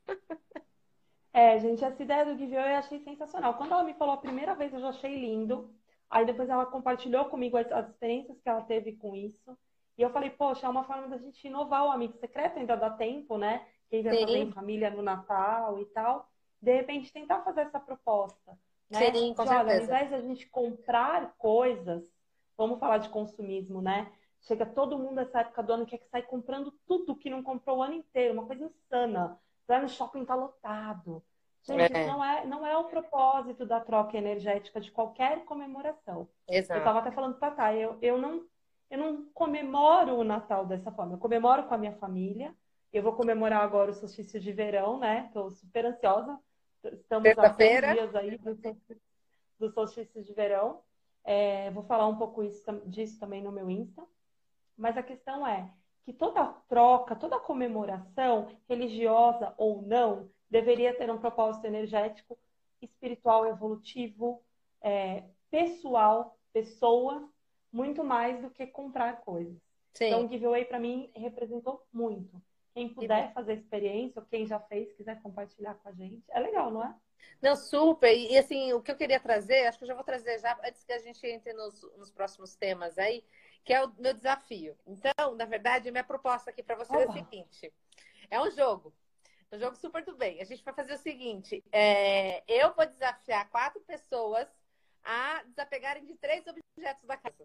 É, gente, essa ideia do giveaway eu achei sensacional. Quando ela me falou a primeira vez, eu já achei lindo. Aí depois ela compartilhou comigo as, as experiências que ela teve com isso. E eu falei, poxa, é uma forma da gente inovar o amigo secreto, ainda dá tempo, né? Quem vai fazer em Sim, família no Natal e tal. De repente, tentar fazer essa proposta, né? sim, com De, olha, ao certeza. invés de a gente comprar coisas, vamos falar de consumismo, né? Chega todo mundo nessa época do ano que quer sair comprando tudo que não comprou o ano inteiro, uma coisa insana. Vai no shopping, tá lotado. Gente, isso É, não é, não é o propósito da troca energética de qualquer comemoração. Eu exato. estava até falando para Thay, eu, eu, não, eu não comemoro o Natal dessa forma. Eu comemoro com a minha família. Eu vou comemorar agora o solstício de verão, né? Estou super ansiosa. Estamos a cem Terça-feira, dias aí do, solstício- do solstício de verão. É, vou falar um pouco isso, disso também no meu Insta. Mas a questão é que toda troca, toda comemoração, religiosa ou não, deveria ter um propósito energético, espiritual, evolutivo, é, pessoal, pessoas, muito mais do que comprar coisas. Então, sim. o giveaway para mim representou muito. Quem Que bom. puder fazer experiência, ou quem já fez, quiser compartilhar com a gente, é legal, não é? Não, super. E assim, o que eu queria trazer, acho que eu já vou trazer já antes que a gente entre nos, nos próximos temas aí, que é o meu desafio. Então, na verdade, a minha proposta aqui para vocês é a Oba! seguinte: é um jogo. Um jogo super do bem. A gente vai fazer o seguinte: é, eu vou desafiar quatro pessoas a desapegarem de três objetos da casa.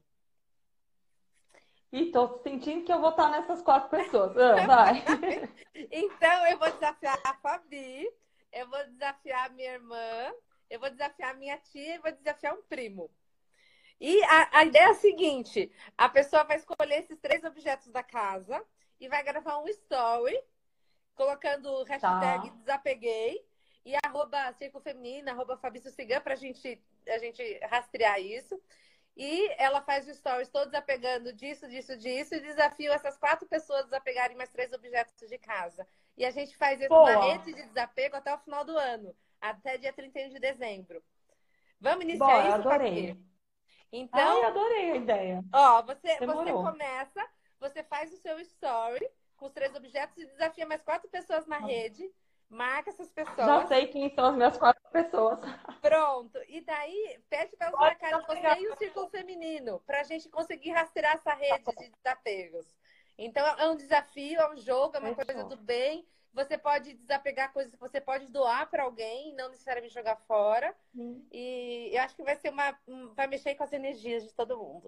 E tô sentindo que eu vou estar nessas quatro pessoas. Ah, vai! Então, eu vou desafiar a Fabi, eu vou desafiar a minha irmã, eu vou desafiar a minha tia e vou desafiar um primo. E a, a ideia é a seguinte: a pessoa vai escolher esses três objetos da casa e vai gravar um story colocando Tá. hashtag desapeguei e arroba Círculo Feminino, arroba Fabrício Cigan, pra gente, a gente rastrear isso. E ela faz os stories todos desapegando disso, disso, disso, e desafio essas quatro pessoas a desapegarem mais três objetos de casa. E a gente faz uma Boa. rede de desapego até o final do ano, até dia trinta e um de dezembro. Vamos iniciar Bora, isso, Fabi? adorei. Ai, Então, adorei a ideia. ó, você, você Demorou. começa, você faz o seu story com os três objetos e desafia mais quatro pessoas na rede, marca essas Já pessoas. sei quem são as minhas quatro pessoas. Pronto. E daí, pede para elas Pode marcarem desapegar. você e o círculo feminino, para a gente conseguir rastrear essa rede de desapegos. Então, é um desafio, é um jogo, é uma coisa Fechou. do bem. Você pode desapegar coisas que você pode doar para alguém, não necessariamente jogar fora. Sim. E eu acho que vai ser uma. Vai mexer com as energias de todo mundo.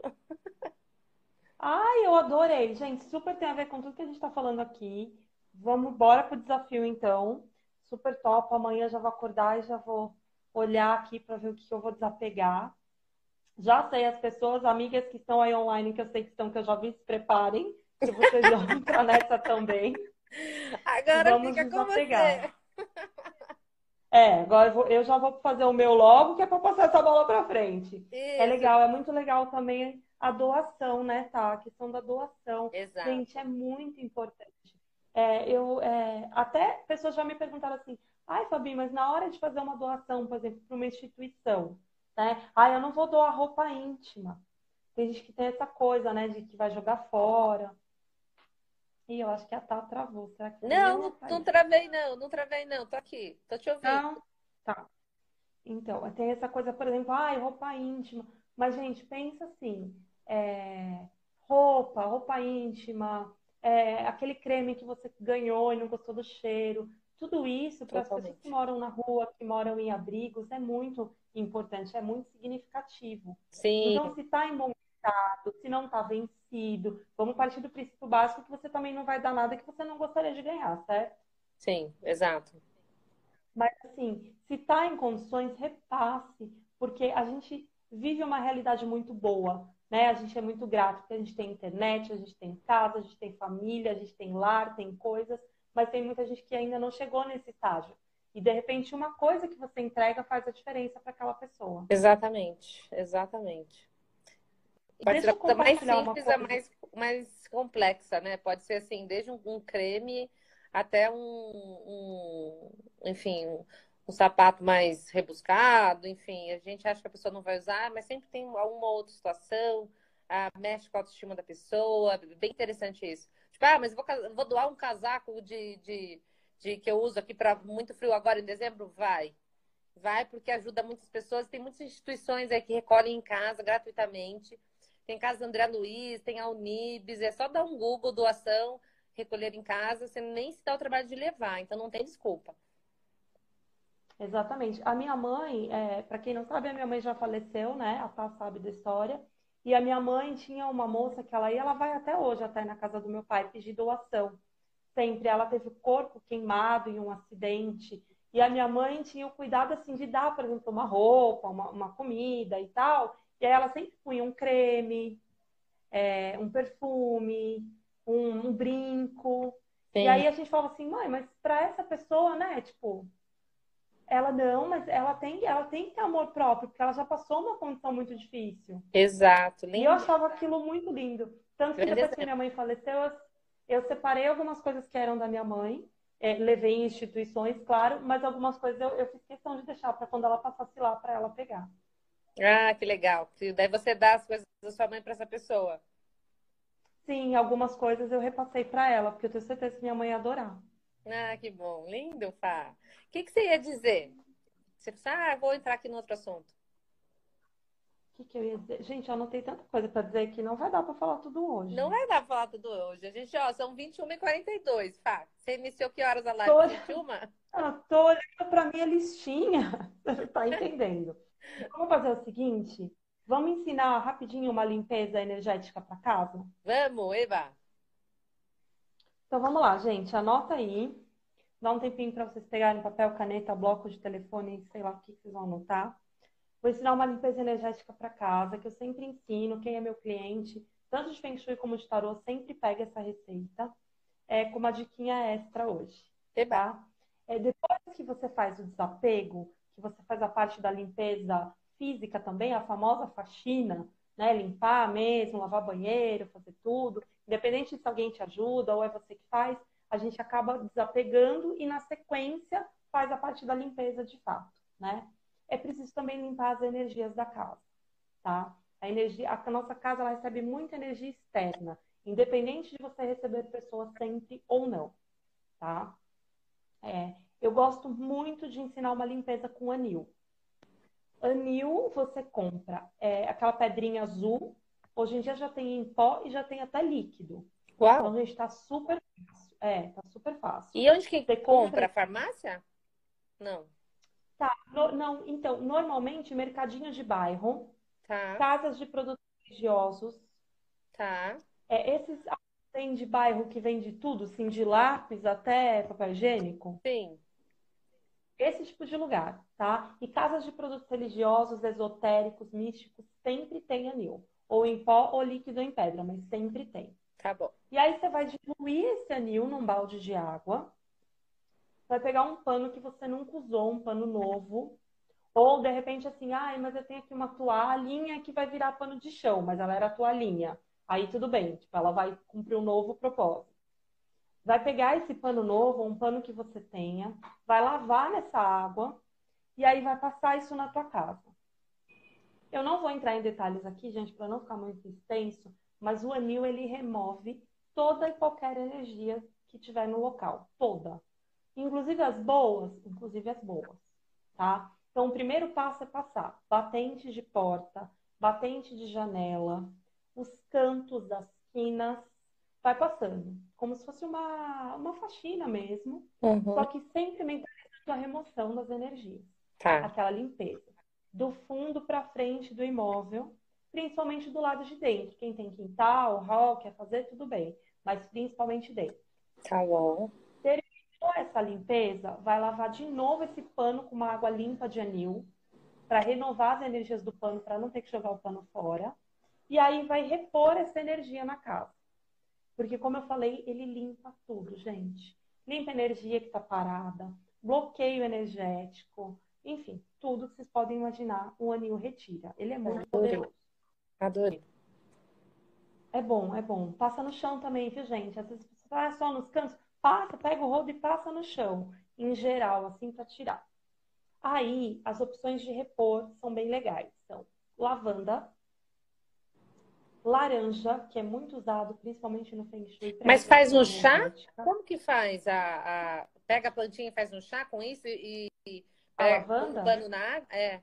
Ai, eu adorei. Gente, super tem a ver com tudo que a gente está falando aqui. Vamos, bora pro desafio, então. Super top. Amanhã já vou acordar e já vou olhar aqui para ver o que eu vou desapegar. Já sei as pessoas, amigas que estão aí online, que eu sei que estão, que eu já vi, se preparem, que vocês vão entrar nessa também. E Agora vamos fica com desapegar. você. É, agora eu, vou- eu já vou fazer o meu logo, que é para passar essa bola para frente. É Isso, legal, é muito legal também a doação, né, tá? A questão da doação. Gente, é exato. muito importante. É, eu, é, até pessoas já me perguntaram assim, ai, Fabi, mas na hora de fazer uma doação, por exemplo, para uma instituição, né? Ai, eu não vou doar roupa íntima. Tem gente que tem essa coisa, né, de que vai jogar fora. E eu acho que a Tá travou. Será que foi Não, eu ou a não, não Thaís? travei, não, não travei, não. Tô aqui, tô te ouvindo. Não. Tá. Então, tem essa coisa, por exemplo, ai, roupa íntima. Mas, gente, pensa assim, é, roupa, roupa íntima, é, aquele creme que você ganhou e não gostou do cheiro, tudo isso para as pessoas que Totalmente. moram na rua, que moram em abrigos, é muito importante, é muito significativo. Então, Sim, se está em bom estado, se não está vencido, vamos partir do princípio básico que você também não vai dar nada que você não gostaria de ganhar, certo? sim, exato. Mas, assim, se está em condições, repasse, porque a gente vive uma realidade muito boa, né? A gente é muito grato, porque a gente tem internet, a gente tem casa, a gente tem família, a gente tem lar, tem coisas, mas tem muita gente que ainda não chegou nesse estágio. E, de repente, uma coisa que você entrega faz a diferença para aquela pessoa. Exatamente, exatamente. Pode ser Deixa da eu coisa mais compartilhar uma simples a coisa. mais, mais complexa, né? Pode ser assim, desde um, um creme até um, um enfim, um, um sapato mais rebuscado, enfim, a gente acha que a pessoa não vai usar, mas sempre tem alguma outra situação, ah, mexe com a autoestima da pessoa, bem interessante isso. Tipo, ah, mas eu vou, cas- vou doar um casaco de, de, de que eu uso aqui para muito frio agora em dezembro? Vai. Vai porque ajuda muitas pessoas. Tem muitas instituições aí que recolhem em casa gratuitamente. Tem Casa André Luiz, tem a Unibis. É só dar um Google, doação, recolher em casa. Você nem se dá o trabalho de levar. Então não tem desculpa. Exatamente. A minha mãe, é, para quem não sabe, a minha mãe já faleceu, né? A Tá sabe da história. E a minha mãe tinha uma moça que ela ia, ela vai até hoje, até na casa do meu pai, pedir doação. Sempre. Ela teve o corpo queimado em um acidente. E a minha mãe tinha o cuidado, assim, de dar, por exemplo, uma roupa, uma, uma comida e tal. E aí ela sempre punha um creme, é, um perfume, um, um brinco. E Sim, aí a gente falava assim, mãe, mas para essa pessoa, né, tipo, ela não, mas ela tem, ela tem que ter amor próprio, porque ela já passou uma condição muito difícil. exato. E eu Lindo. achava aquilo muito lindo. Tanto que Grande depois que exemplo. minha mãe faleceu, eu, eu separei algumas coisas que eram da minha mãe, é, levei em instituições, claro, mas algumas coisas eu, eu fiz questão de deixar para quando ela passasse lá para ela pegar. Ah, que legal. Daí você dá as coisas da sua mãe para essa pessoa. Sim, algumas coisas eu repassei para ela, porque eu tenho certeza que minha mãe ia adorar. Ah, que bom. Lindo, Fá. O que que você ia dizer? Você disse, ah, vou entrar aqui no outro assunto. O que, que eu ia dizer? Gente, eu anotei tanta coisa para dizer que não vai dar para falar tudo Não hoje. vai dar pra falar tudo hoje. A gente, ó, são vinte e uma e quarenta e dois, Fá. Você iniciou que horas a Tô, live? vinte e uma? ah, tô olhando para minha listinha, você tá entendendo? Vamos fazer o seguinte? Vamos ensinar rapidinho uma limpeza energética para casa? Vamos, Eba. Então vamos lá, gente. Anota aí. Dá um tempinho para vocês pegarem papel, caneta, bloco de telefone, sei lá o que vocês vão anotar. Vou ensinar uma limpeza energética para casa, que eu sempre ensino. Quem é meu cliente, tanto de Feng Shui como de Tarô, sempre pega essa receita. É com uma diquinha extra hoje. Eba. tá? É, depois que você faz o desapego, que você faz a parte da limpeza física também, a famosa faxina, né? Limpar mesmo, lavar banheiro, fazer tudo, independente se alguém te ajuda ou é você que faz, a gente acaba desapegando e na sequência faz a parte da limpeza de fato, né? É preciso também limpar as energias da casa, tá? A energia, a nossa casa ela recebe muita energia externa, independente de você receber pessoas sempre ou não, tá? É, eu gosto muito de ensinar uma limpeza com anil. Anil você compra é, aquela pedrinha azul. Hoje em dia já tem em pó e já tem até líquido. Então, Uau! gente, tá super fácil. É, tá super fácil. E onde que Você compra. compra? Farmácia? Não. Tá, no- não, então, normalmente, mercadinho de bairro, Tá, casas de produtos religiosos, tá. é, esses tem de bairro que vende tudo, assim, de lápis até papel higiênico. Sim. Esse tipo de lugar, tá? E casas de produtos religiosos, esotéricos, místicos, sempre tem anil. Ou em pó ou líquido em pedra, mas sempre tem. Tá bom. E aí você vai diluir esse anil num balde de água. Vai pegar um pano que você nunca usou, um pano novo. Ou de repente assim, ai, mas eu tenho aqui uma toalhinha que vai virar pano de chão, mas ela era toalhinha. Aí tudo bem, tipo, ela vai cumprir um novo propósito. Vai pegar esse pano novo, um pano que você tenha, vai lavar nessa água e aí vai passar isso na tua casa. Eu não vou entrar em detalhes aqui, gente, para não ficar muito extenso, mas o anil ele remove toda e qualquer energia que tiver no local, toda. Inclusive as boas, inclusive as boas, tá? Então o primeiro passo é passar batente de porta, batente de janela, os cantos das quinas, vai passando, como se fosse uma, uma faxina mesmo, Uhum. só que sempre mentalizando a remoção das energias, Tá. aquela limpeza. Do fundo para frente do imóvel, principalmente do lado de dentro. Quem tem quintal, hall, quer fazer, tudo bem, mas principalmente dentro. Tá bom. Terminou essa limpeza, vai lavar de novo esse pano com uma água limpa de anil, para renovar as energias do pano, para não ter que jogar o pano fora. E aí vai repor essa energia na casa. Porque, como eu falei, ele limpa tudo, gente. Limpa a energia que está parada, bloqueio energético, enfim, tudo que vocês podem imaginar, o anil retira. Ele é muito Adorei. poderoso. Adorei. É bom, é bom. Passa no chão também, viu, gente? Às vezes você vai só nos cantos, passa, pega o rodo e passa no chão, em geral, assim, para tirar. Aí, as opções de repor são bem legais. São lavanda, laranja, que é muito usado, principalmente no Feng Shui, para Mas faz reposição um chá? energética. Como que faz? A, a... Pega a plantinha e faz um chá com isso e, e A pega um lavanda? pano na água? É.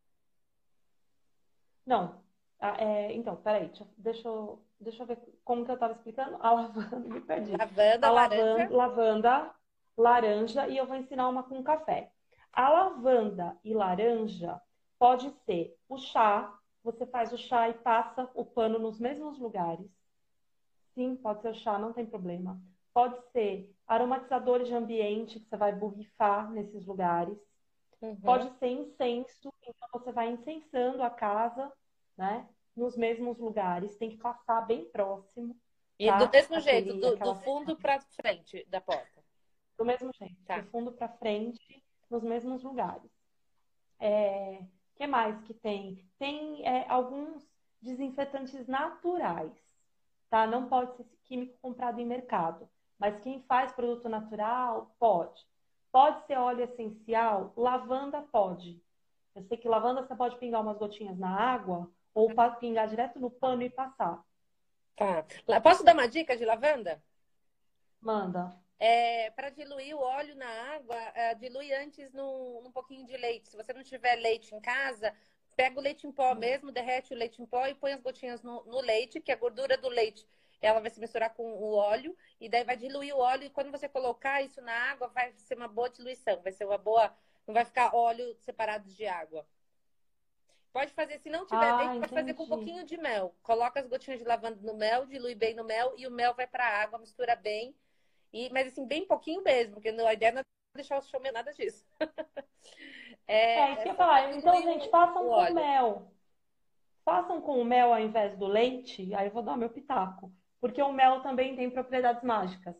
Não. Ah, é, então, peraí, deixa, deixa, eu, deixa eu ver como que eu estava explicando. A lavanda, me perdi. Lavanda, A laranja. lavanda, lavanda, laranja e eu vou ensinar uma com café. A lavanda e laranja pode ser o chá, você faz o chá e passa o pano nos mesmos lugares. Sim, pode ser o chá, não tem problema. Pode ser aromatizadores de ambiente, que você vai borrifar nesses lugares. Uhum. Pode ser incenso, então você vai incensando a casa, né? Nos mesmos lugares, tem que passar bem próximo, E do tá? mesmo jeito, Aquele, do, do aquela, fundo para frente da porta. do mesmo jeito, do Tá. fundo para frente, nos mesmos lugares. É, que mais que tem? Tem é, alguns desinfetantes naturais, tá? Não pode ser esse químico comprado em mercado, mas quem faz produto natural pode. Pode ser óleo essencial, lavanda pode. Eu sei que lavanda você pode pingar umas gotinhas na água ou pa- pingar direto no pano e passar. Tá. Lá- Posso dar uma dica de lavanda? Manda. É, para diluir o óleo na água, é, dilui antes num, num pouquinho de leite. Se você não tiver leite em casa, pega o leite em pó mesmo, derrete o leite em pó e põe as gotinhas no, no leite, que a gordura do leite ela vai se misturar com o óleo, e daí vai diluir o óleo. E quando você colocar isso na água, vai ser uma boa diluição, vai ser uma boa. Não vai ficar óleo separado de água. Pode fazer, se não tiver Ah, leite, pode fazer com um entendi. pouquinho de mel. Coloca as gotinhas de lavanda no mel, dilui bem no mel e o mel vai para a água, mistura bem. E, mas assim, bem pouquinho mesmo, porque a ideia não é deixar o show nada disso. É, É, isso é que eu ia só para falar. Então, diluir gente, o, o façam com óleo. mel. Façam com o mel ao invés do leite, aí eu vou dar meu pitaco. Porque o mel também tem propriedades mágicas.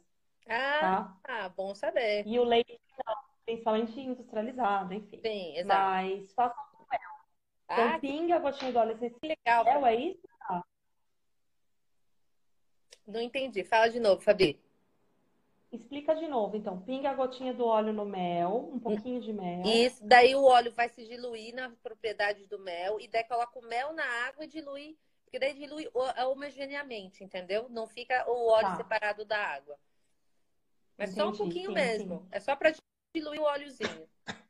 tá? Ah, bom saber. E o leite, não, principalmente industrializado, enfim. Sim, exato. Mas faça. Então, Ah, que pinga a gotinha do óleo legal, essencial, Fabi. é isso? Tá. Não entendi. Fala de novo, Fabi. Explica de novo, então. Pinga a gotinha do óleo no mel, um pouquinho de mel. Isso, daí o óleo vai se diluir nas propriedades do mel, e daí coloca o mel na água e dilui, porque daí dilui ho- homogeneamente, entendeu? Não fica o óleo Tá, separado da água. Mas só um entendi. pouquinho Sim, sim. mesmo. É só para diluir o óleozinho.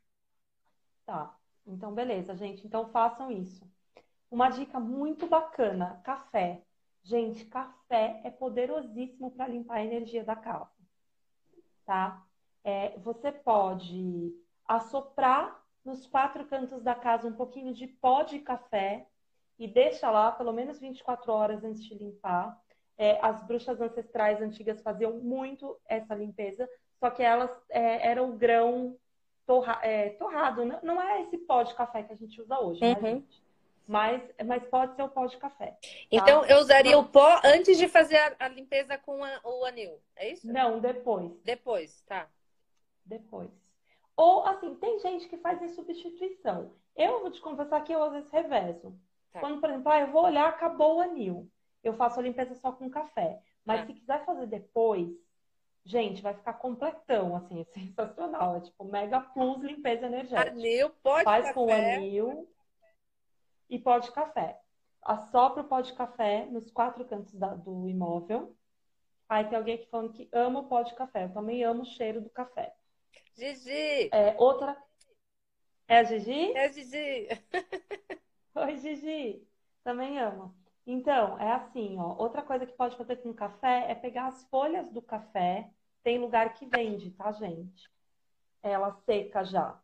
Tá. Então, beleza, gente. Então, façam isso. Uma dica muito bacana: café. Gente, café é poderosíssimo para limpar a energia da casa, tá? É, você pode assoprar nos quatro cantos da casa um pouquinho de pó de café e deixa lá pelo menos vinte e quatro horas antes de limpar. É, as bruxas ancestrais antigas faziam muito essa limpeza, só que elas é, eram o grão torra, é, torrado. Não, não é esse pó de café que a gente usa hoje, né, Uhum. gente? Mas, mas pode ser o pó de café, Então, tá? eu usaria o Então, pó antes de fazer a, a limpeza com a- o anil. É isso? não, depois. Depois, tá. Depois. Ou, assim, tem gente que faz em substituição. Eu vou te confessar que eu às vezes revezo. Tá, Quando, por exemplo, ah, eu vou olhar, acabou o anil. Eu faço a limpeza só com café. Mas tá. se quiser fazer depois, gente, vai ficar completão, assim, é sensacional. É tipo Mega Plus limpeza energética. Anil, pó de Faz com o café. anil e pó de café. Assopra o pó de café nos quatro cantos da- do imóvel. Aí tem alguém aqui falando que ama o pó de café. Eu também amo o cheiro do café. Gigi, É, outra. É a Gigi? é Gigi. Oi, Gigi. Também amo. Então, é assim, ó. Outra coisa que pode fazer com café é pegar as folhas do café. Tem lugar que vende, tá, gente? Ela seca já.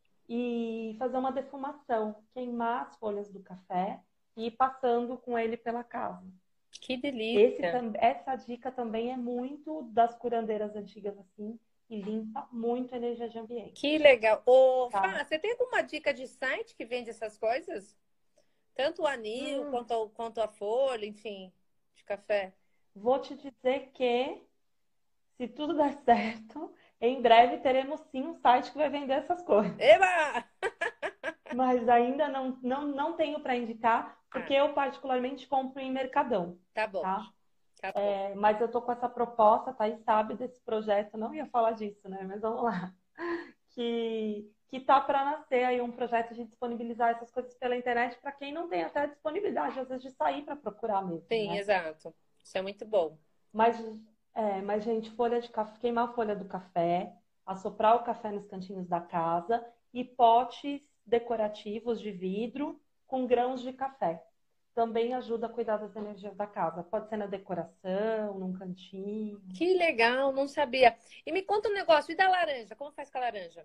E fazer uma defumação. Queimar as folhas do café e ir passando com ele pela casa. Que Esse, delícia. tam- essa dica também é muito das curandeiras antigas, assim, e limpa muito a energia de Que ambiente, legal. Ô, tá? Fá, você tem alguma dica de site que vende essas coisas? Tanto o anil Hum, quanto, quanto a folha, enfim, de café. vou te dizer que se tudo der certo, em breve teremos sim um site que vai vender essas coisas. Eba! Mas ainda não, não, não tenho para indicar, Ah, porque eu particularmente compro em Mercadão, tá bom, tá? tá bom. É, mas eu tô com essa proposta, tá? E sabe desse projeto, não ia falar disso, né? Mas vamos lá. Que, que tá para nascer aí um projeto de disponibilizar essas coisas pela internet para quem não tem até disponibilidade, às vezes, de sair para procurar mesmo, Sim, né? exato. Isso é muito bom. Mas, é, mas, gente, folha de café, queimar a folha do café, assoprar o café nos cantinhos da casa e potes decorativos de vidro com grãos de café. Também ajuda a cuidar das energias da casa. Pode ser na decoração, num cantinho. Que legal, não sabia. E me conta um negócio, e da laranja? Como faz com a laranja?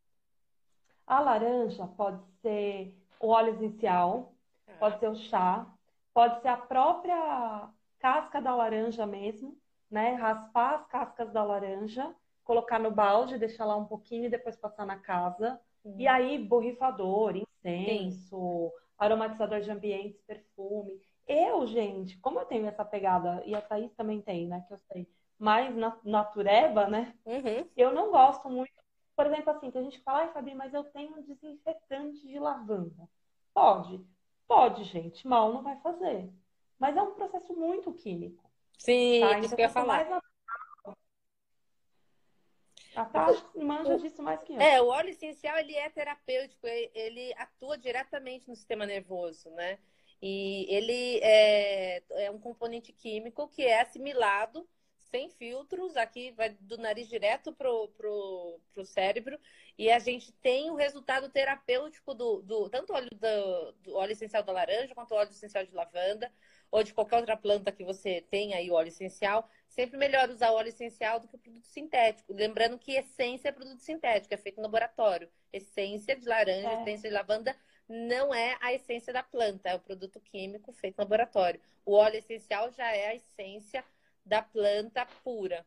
A laranja pode ser o óleo essencial, pode Tá. ser o chá, pode ser a própria casca da laranja mesmo, né? Raspar as cascas da laranja, colocar no balde, deixar lá um pouquinho e depois passar na casa. E Hum. aí, borrifador, Sim. incenso, aromatizador de ambientes, perfume. Eu, gente, como eu tenho essa pegada, e a Thaís também tem, né? Que eu sei, mais na natureba, né? Uhum. Eu não gosto muito, por exemplo, assim, tem gente que fala, ai, Fabi, mas eu tenho um desinfetante de lavanda. Pode, pode, gente, mal não vai fazer. Mas é um processo muito químico, Sim, é tá? isso Então, que eu ia quanto falar. mais na... A Tati manja O, disso mais que eu. é, o óleo essencial, ele é terapêutico, ele, ele atua diretamente no sistema nervoso, né? E ele é, é um componente químico que é assimilado sem filtros, aqui vai do nariz direto pro, pro, pro cérebro, e a gente tem o resultado terapêutico do, do tanto óleo do, do óleo essencial da laranja quanto o óleo essencial de lavanda, ou de qualquer outra planta que você tenha aí o óleo essencial. Sempre melhor usar óleo essencial do que o produto sintético. Lembrando que essência é produto sintético, é feito no laboratório. Essência de laranja, É, essência de lavanda não é a essência da planta, é o produto químico feito no laboratório. O óleo essencial já é a essência da planta pura.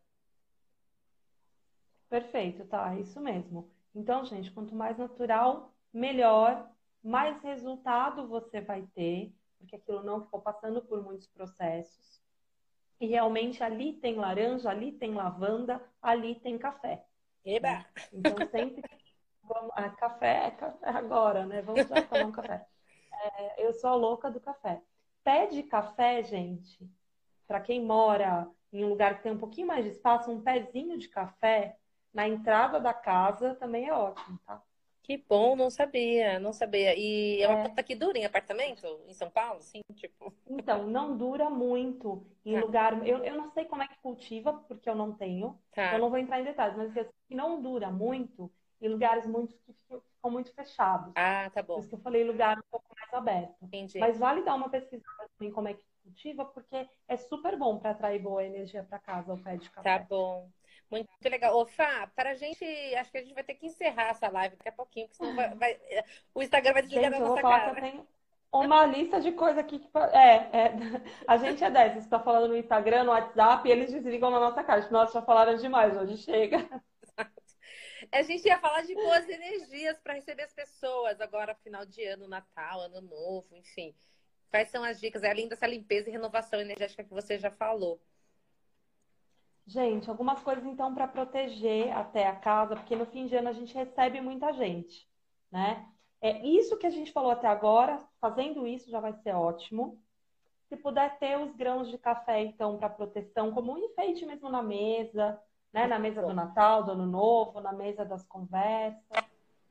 perfeito, tá? É isso mesmo. Então, gente, quanto mais natural, melhor, mais resultado você vai ter, porque aquilo não ficou passando por muitos processos. E realmente ali tem laranja, ali tem lavanda, ali tem café, Eba! né? Então sempre vamos, ah, café, café agora, né? Vamos já tomar um café. É, eu sou a louca do café. Pé de café, gente, para quem mora em um lugar que tem um pouquinho mais de espaço, um pezinho de café na entrada da casa também é ótimo, tá? Que bom, não sabia, não sabia. E é uma planta que dura em apartamento em São Paulo, sim, tipo. Então, não dura muito em Tá, lugar. Eu, eu não sei como é que cultiva, porque eu não tenho. Então, tá. não vou entrar em detalhes, mas assim, não dura muito em lugares muito que ficam, ficam muito fechados. Ah, tá Por bom. isso que eu falei lugar um pouco mais aberto. Entendi. Mas vale dar uma pesquisada em como é que cultiva, porque é super bom para atrair boa energia para casa o pé de Tá café. bom. Muito legal. Ô, Fá, para a gente, acho que a gente vai ter que encerrar essa live daqui a pouquinho, porque senão vai, vai- o Instagram vai desligar na Gente, eu vou nossa falar que eu cara. tenho uma lista de coisa aqui que. É, é, a gente é dessas, está falando no Instagram, no WhatsApp, e eles desligam na nossa cara. Tipo, nossa, já falaram demais, hoje chega. A gente ia falar de boas energias para receber as pessoas agora, final de ano, Natal, Ano Novo, enfim. Quais são as dicas? É além dessa limpeza e renovação energética que você já falou. Gente, algumas coisas então para proteger até a casa, porque no fim de ano a gente recebe muita gente, né? É isso que a gente falou até agora, fazendo isso já vai ser ótimo. Se puder ter os grãos de café, então, para proteção, como um enfeite mesmo na mesa, né? Na mesa do Bom, Natal, do Ano Novo, na mesa das conversas.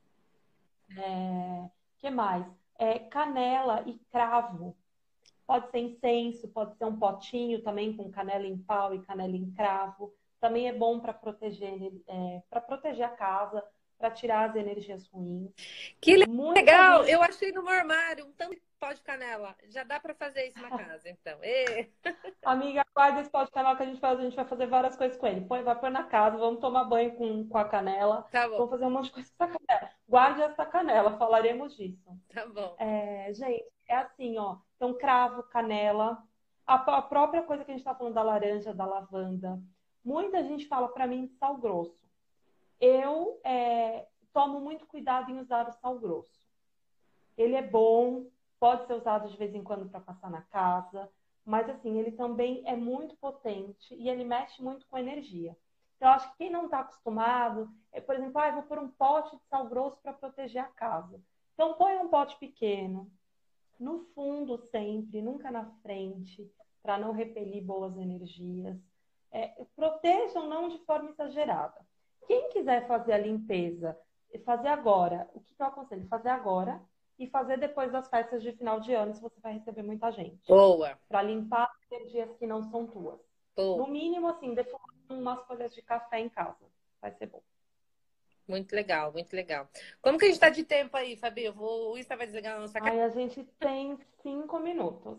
Que mais? É, canela e cravo. Pode ser incenso, pode ser um potinho também com canela em pau e canela em cravo. Também é bom para proteger, é, para proteger a casa, para tirar as energias ruins. que Muita legal! gente. Eu achei no meu armário um tanto de pó de canela. Já dá para fazer isso na casa, então. Ê, Amiga, guarda esse pó de canela que a gente faz, a gente vai fazer várias coisas com ele. Põe, vai pôr na casa, vamos tomar banho com, com a canela, tá bom, vamos fazer um monte de coisa com essa canela. Guarde essa canela, falaremos disso. tá bom. É, gente, é assim, ó. Então, cravo, canela, a, a própria coisa que a gente está falando da laranja, da lavanda. Muita gente fala para mim de sal grosso. Eu é, tomo muito cuidado em usar o sal grosso. Ele é bom, pode ser usado de vez em quando para passar na casa, mas assim, ele também é muito potente e ele mexe muito com energia. Então, eu acho que quem não está acostumado, é, por exemplo, ah, eu vou pôr um pote de sal grosso para proteger a casa. Então, põe um pote pequeno, no fundo sempre, nunca na frente, para não repelir boas energias. É, protejam não de forma exagerada. Quem quiser fazer a limpeza, fazer agora, o que eu aconselho? Fazer agora e fazer depois das festas de final de ano, se você vai receber muita gente. Boa, Para limpar as energias que não são tuas. boa. No mínimo, assim, defumar umas folhas de café em casa. Vai ser bom. Muito legal, muito legal. Como que a gente tá de tempo aí, Fabi? Eu vou... O Insta vai desligar na nossa cara. Aí a gente tem cinco minutos.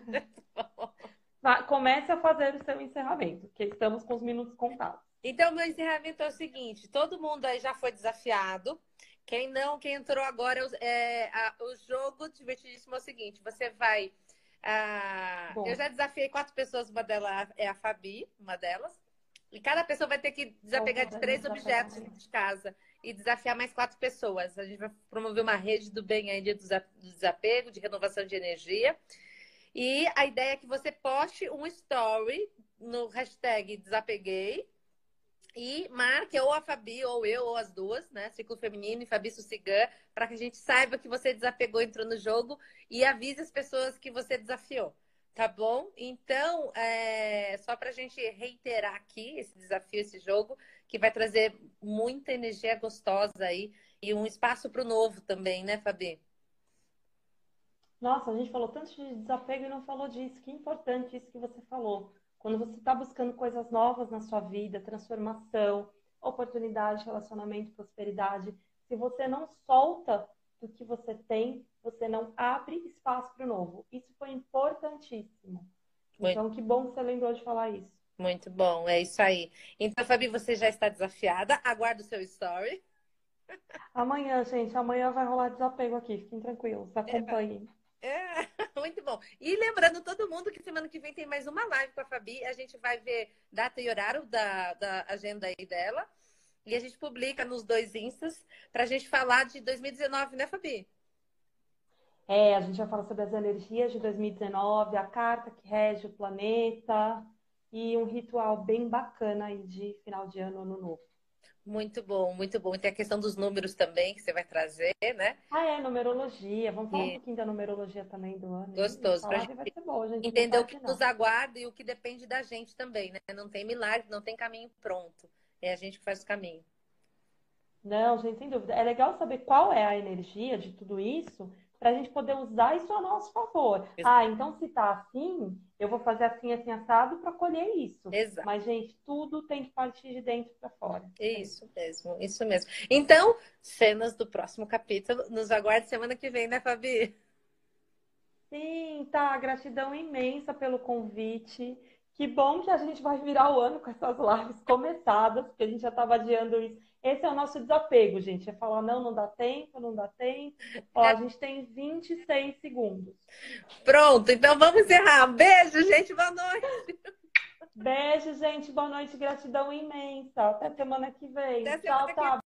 Vá, comece a fazer o seu encerramento, que estamos com os minutos contados. Então, meu encerramento é o seguinte: todo mundo aí já foi desafiado. Quem não, quem entrou agora, é, a- o jogo divertidíssimo é o seguinte: você vai. Ah, eu Bom, já desafiei quatro pessoas, uma delas é a Fabi, uma delas. E cada pessoa vai ter que desapegar opa, de peraí, três desapegar objetos também. de casa e desafiar mais quatro pessoas. A gente vai promover uma rede do bem aí de desa- do desapego, de renovação de energia. E a ideia é que você poste um story no hashtag desapeguei e marque ou a Fabi, ou eu, ou as duas, né? Ciclo Feminino e Fabi Sucigã, para que a gente saiba que você desapegou, entrou no jogo e avise as pessoas que você desafiou. Tá bom? Então, é... só para a gente reiterar aqui esse desafio, esse jogo, que vai trazer muita energia gostosa aí e um espaço para o novo também, né, Fabi? Nossa, a gente falou tanto de desapego e não falou disso. Que importante isso que você falou. Quando você está buscando coisas novas na sua vida, transformação, oportunidade, relacionamento, prosperidade, se você não solta do que você tem, você não abre espaço para o novo. Isso foi importantíssimo. Muito, Então, que bom que você lembrou de falar isso. muito bom, é isso aí. Então, Fabi, você já está desafiada. Aguardo o seu story. Amanhã, gente, amanhã vai rolar desapego aqui. Fiquem tranquilos, acompanhem. É, muito bom. E lembrando todo mundo que semana que vem tem mais uma live com a Fabi. A gente vai ver data e horário da, da agenda aí dela. E a gente publica nos dois Instas pra gente falar de dois mil e dezenove, né, Fabi? É, a gente vai falar sobre as energias de dois mil e dezenove, a carta que rege o planeta. e um ritual bem bacana aí de final de ano, ano novo. Muito bom, muito bom. E tem a questão dos números também que você vai trazer, né? Ah, é, numerologia. Vamos falar um E pouquinho da numerologia também do ano aí. gostoso, Essa pra live gente vai ser boa, a gente não entender o perde que não. nos aguarda e o que depende da gente também, né? Não tem milagre, não tem caminho pronto. É a gente que faz o caminho. Não, gente, sem dúvida. É legal saber qual é a energia de tudo isso para a gente poder usar isso a nosso favor. Ah, então se tá assim, eu vou fazer assim, assim, assado para colher isso. Exato. Mas, gente, tudo tem que partir de dentro para fora. Sempre. Isso mesmo, isso mesmo. Então, cenas do próximo capítulo. Nos aguarde semana que vem, né, Fabi? Sim, tá. Gratidão imensa pelo convite. Que bom que a gente vai virar o ano com essas lives começadas, porque a gente já estava adiando isso. Esse é o nosso desapego, gente. É falar, não, não dá tempo, não dá tempo. Ó, a gente tem vinte e seis segundos. Pronto, então vamos encerrar. Beijo, gente. Boa noite. Beijo, gente. Boa noite. Gratidão imensa. Até semana que vem. Até Tchau, semana que tá?